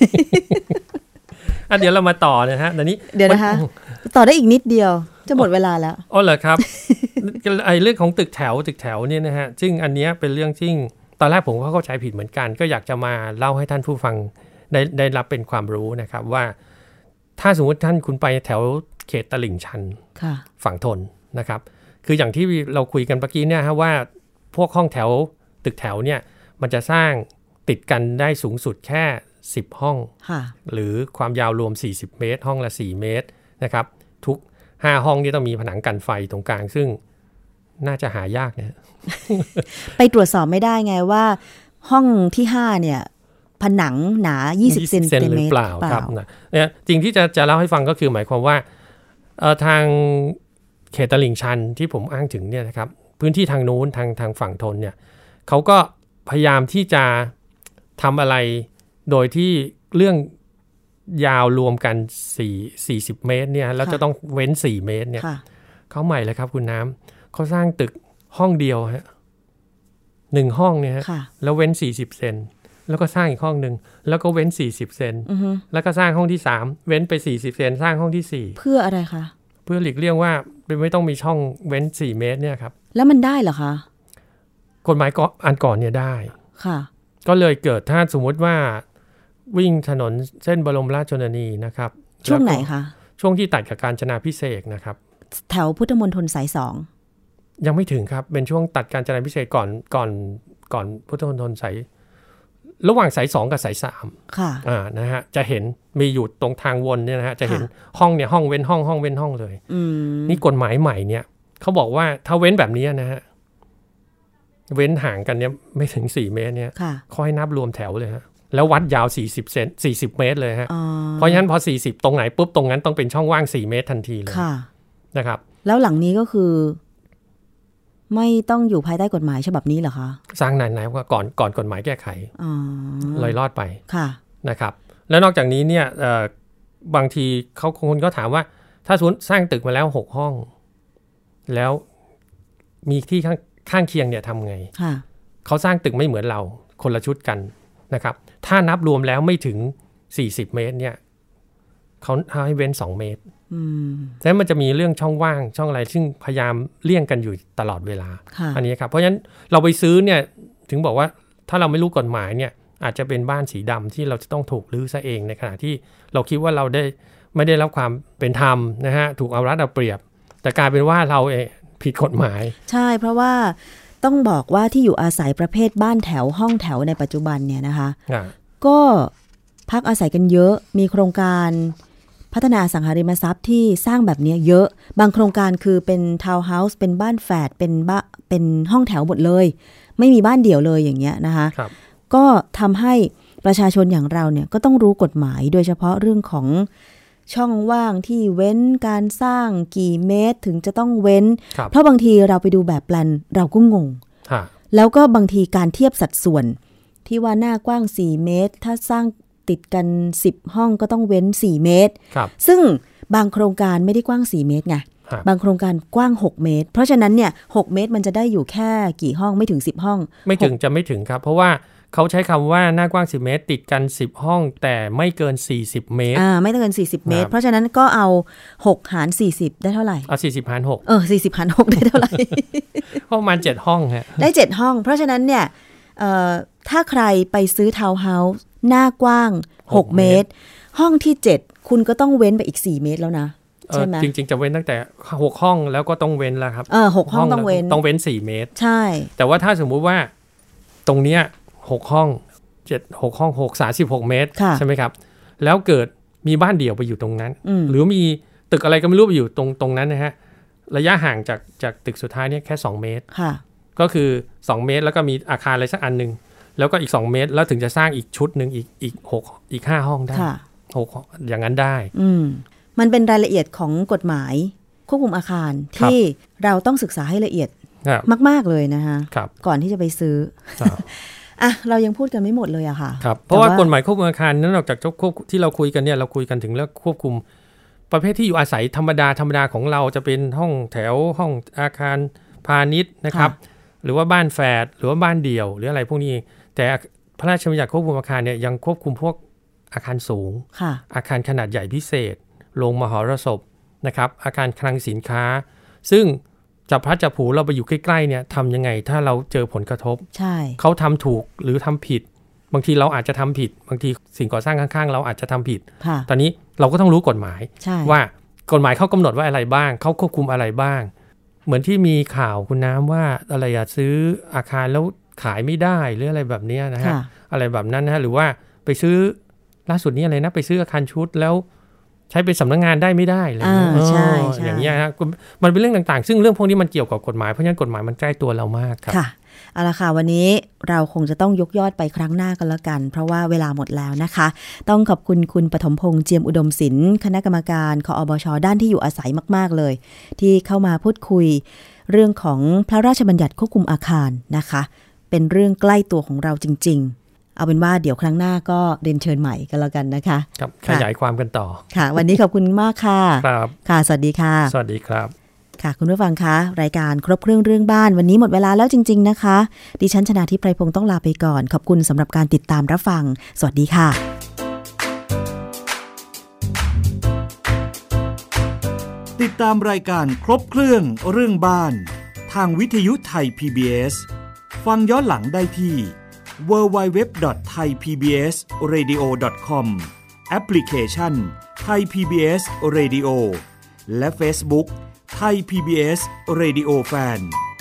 เดี๋ยวเรามาต่อนะฮะเดี๋ยว
นะคะต่อได้อีกนิดเดียวจะหมดเวลาแล้ว
อ๋อเหรอครับไอ้เรื่องของตึกแถวเนี่ยนะฮะซึ่งอันนี้เป็นเรื่องที่ตอนแรกผมก็เข้าใจผิดเหมือนกันก็อยากจะมาเล่าให้ท่านผู้ฟังได้รับเป็นความรู้นะครับว่าถ้าสมมติคุณไปแถวเขตตลิ่งชันฝั่งทนนะครับคืออย่างที่เราคุยกันเมื่อกี้เนี่ยฮะว่าพวกห้องแถวตึกแถวเนี่ยมันจะสร้างติดกันได้สูงสุดแค่10 ห้องหรือความยาวรวม40 เมตรห้องละ4 เมตรนะครับทุก5 ห้องนี่ต้องมีผนังกันไฟตรงกลางซึ่งน่าจะหายากเนี่ย
ไปตรวจสอบไม่ได้ไงว่าห้องที่5เนี่ยผนังหนา20 เซนติเมตรหรือ
เปล่าครับเนี่ยจริงที่จะเล่าให้ฟังก็คือหมายความว่าทางเขตตลิ่งชันที่ผมอ้างถึงเนี่ยนะครับพื้นที่ทางนู้นทางฝั่งทนเนี่ยเขาก็พยายามที่จะทำอะไรโดยที่เรื่องยาวรวมกัน40 เมตรเนี่ยแล้วจะต้องเว้น4 เมตรเนี่ยเขาใหม่เลยครับคุณน้ำเขาสร้างตึกห้องเดียวฮะ1ห้องเนี่ยฮะแล้วเว้น40เซนแล้วก็สร้างอีกห้องนึงแล้วก็เว้น40เซนแล้วก็สร้างห้องที่3เว้นไป40เซนสร้างห้องที่4เพื่ออะไรคะเพื่อหลีกเลี่ยงว่าไม่ต้องมีช่องเว้น4เมตรเนี่ยครับแล้วมันได้เหรอคะกฎหมายอันก่อนเนี่ยได้ค่ะก็เลยเกิดถ้าสมมุติว่าวิ่งถนนเส้นบรมราชชนนีนะครับช่วงไหนคะช่วงที่ตัดกับกาญจนาภิเษกนะครับแถวพุทธมณฑลสาย2ยังไม่ถึงครับเป็นช่วงตัดกาญจนาภิเษกก่อนพุทธมณฑลสายระหว่างสาย2กับสาย3ค่ะนะฮะจะเห็นมีอยู่ตรงทางวนเนี่ยนะฮะจะเห็นห้องเนี่ยห้องเว้นห้องเว้นห้องเลยนี่กฎหมายใหม่เนี่ยเขาบอกว่าถ้าเว้นแบบนี้นะฮะเว้นห่างกันเนี่ยไม่ถึง4เมตรเนี่ยค่อยนับรวมแถวเลยฮะแล้ววัดยาว40เมตรเลยฮะเพราะฉะนั้นพอ40ตรงไหนปุ๊บตรงนั้นต้องเป็นช่องว่าง4เมตรทันทีเลยนะครับแล้วหลังนี้ก็คือไม่ต้องอยู่ภายใต้กฎหมายฉบับนี้เหรอคะสร้างไหนๆว่าก่อนกฎหมายแก้ไขเลยรอดไปนะครับแล้วนอกจากนี้เนี่ยบางทีคนก็ถามว่าถ้าสร้างตึกมาแล้ว6ห้องแล้วมีที่ข้างเคียงเนี่ยทำไงเขาสร้างตึกไม่เหมือนเราคนละชุดกันนะครับถ้านับรวมแล้วไม่ถึง40เมตรเนี่ยเขาให้เว้น2เมตรแล้วมันจะมีเรื่องช่องว่างช่องอะไรซึ่งพยายามเลี่ยงกันอยู่ตลอดเวลาอันนี้ครับเพราะฉะนั้นเราไปซื้อเนี่ยถึงบอกว่าถ้าเราไม่รู้กฎหมายเนี่ยอาจจะเป็นบ้านสีดำที่เราจะต้องถูกรื้อซะเองในขณะที่เราคิดว่าเราไม่ได้รับความเป็นธรรมนะฮะถูกเอารัดเอาเปรียบแต่กลายเป็นว่าเราผิดกฎหมายใช่เพราะว่าต้องบอกว่าที่อยู่อาศัยประเภทบ้านแถวห้องแถวในปัจจุบันเนี่ยนะคะก็พักอาศัยกันเยอะมีโครงการพัฒนาอสังหาริมทรัพย์ที่สร้างแบบนี้เยอะบางโครงการคือเป็นทาวน์เฮาส์เป็นบ้านแฝดเป็นห้องแถวหมดเลยไม่มีบ้านเดี่ยวเลยอย่างเงี้ยนะคะก็ทำให้ประชาชนอย่างเราเนี่ยก็ต้องรู้กฎหมายโดยเฉพาะเรื่องของช่องว่างที่เว้นการสร้างกี่เมตรถึงจะต้องเว้นเพราะบางทีเราไปดูแบบแปลนเราก็งงแล้วก็บางทีการเทียบสัดส่วนที่ว่าหน้ากว้าง4เมตรถ้าสร้างติดกัน10ห้องก็ต้องเว้น4เมตรซึ่งบางโครงการไม่ได้กว้าง4เมตรไงบางโครงการกว้าง6เมตรเพราะฉะนั้นเนี่ย6เมตรมันจะได้อยู่แค่กี่ห้องไม่ถึง10ห้องไม่ถึงจะไม่ถึงครับเพราะว่าเขาใช้คำว่าหน้ากว้าง10เมตรติดกัน10ห้องแต่ไม่เกิน40เมตรไม่เกิน40เมตรเพราะฉะนั้นก็เอา6หาร40ได้เท่าไหร่เอา40หาร640หาร6ได้เท่าไหร่ประมาณ7ห้องฮะได้7ห้องเพราะฉะนั้นเนี่ยถ้าใครไปซื้อทาวน์เฮาส์หน้ากว้าง6เมตรห้องที่7คุณก็ต้องเว้นไปอีก4เมตรแล้วนะใช่ไหมจริงๆจะเว้นตั้งแต่6ห้องแล้วก็ต้องเว้นแล้วครับ6ห้องต้องเว้น4เมตรใช่แต่ว่าถ้าสมมุติว่าตรงเนี้ย6ห้อง6ห้อง36เมตรใช่ไหมครับแล้วเกิดมีบ้านเดี่ยวไปอยู่ตรงนั้นหรือมีตึกอะไรก็ไม่รู้ไปอยู่ตรงนั้นนะฮะระยะห่างจากตึกสุดท้ายเนี่ยแค่2เมตรก็คือ2เมตรแล้วก็มีอาคารอะไรสักอันนึงแล้วก็อีก2เมตรแล้วถึงจะสร้างอีกชุดนึงอีก5ห้องได้6อย่างนั้นได้มันเป็นรายละเอียดของกฎหมายควบคุมอาคารที่เราต้องศึกษาให้ละเอียดมากๆเลยนะคะก่อนที่จะไปซื้ออ่ะเรายังพูดกันไม่หมดเลยอะค่ะครับเพราะว่ากฎหมายควบคุมอาคารนั้นนอกจากที่เราคุยกันเนี่ยเราคุยกันถึงเรื่องควบคุมประเภทที่อยู่อาศัยธรรมดาของเราจะเป็นห้องแถวห้องอาคารพาณิชย์นะครับหรือว่าบ้านแฝดหรือว่าบ้านเดี่ยวหรืออะไรพวกนี้แต่พระราชบัญญัติควบคุมอาคารเนี่ยยังควบคุมพวกอาคารสูงอาคารขนาดใหญ่พิเศษโรงมหรสพนะครับอาคารคลังสินค้าซึ่งจับพลัดจับผลูเราไปอยู่ใกล้ๆเนี่ยทำยังไงถ้าเราเจอผลกระทบใช่เขาทำถูกหรือทำผิดบางทีเราอาจจะทำผิดบางทีสิ่งก่อสร้างข้างๆเราอาจจะทำผิดตอนนี้เราก็ต้องรู้กฎหมายว่ากฎหมายเขากำหนดว่าอะไรบ้างเขาควบคุมอะไรบ้างเหมือนที่มีข่าวคุณน้ำว่าอะไรอยากซื้ออาคารแล้วขายไม่ได้หรืออะไรแบบนี้นะฮะอะไรแบบนั้นนะหรือว่าไปซื้อล่าสุดนี้อะไรนะไปซื้ออาคารชุดแล้วใช้เป็นสำนักงานได้ไม่ได้อะไรใช่อย่างนี้นะมันเป็นเรื่องต่างๆซึ่งเรื่องพวกนี้มันเกี่ยวกับกฎหมายเพราะฉะนั้นกฎหมายมันใกล้ตัวเรามากครับค่ะเอาละค่ะวันนี้เราคงจะต้องยกยอดไปครั้งหน้ากันแล้วกันเพราะว่าเวลาหมดแล้วนะคะต้องขอบคุณคุณปฐมพงษ์เจียมอุดมศิลป์คณะกรรมการคอบช.ด้านที่อยู่อาศัยมากๆเลยที่เข้ามาพูดคุยเรื่องของพระราชบัญญัติควบคุมอาคารนะคะเป็นเรื่องใกล้ตัวของเราจริงๆเอาเป็นว่าเดี๋ยวครั้งหน้าก็เรียนเชิญใหม่กันแล้วกันนะคะครับขยายความกันต่อค่ะวันนี้ขอบคุณมากค่ะครับค่ะสวัสดีค่ะสวัสดีครับ
ค่ะคุณผู้ฟังคะรายการครบเครื่องบ้านวันนี้หมดเวลาแล้วจริงๆนะคะดิฉันชนาธิป ไพรพงศ์ต้องลาไปก่อนขอบคุณสำหรับการติดตามรับฟังสวัสดีค่ะ
ติดตามรายการครบเครื่องเรื่องบ้านทางวิทยุไทย PBS ฟังย้อนหลังได้ที่ www.thaipbsradio.com แอปพลิเคชัน Thai PBS Radio และ Facebook Thai PBS Radio Fan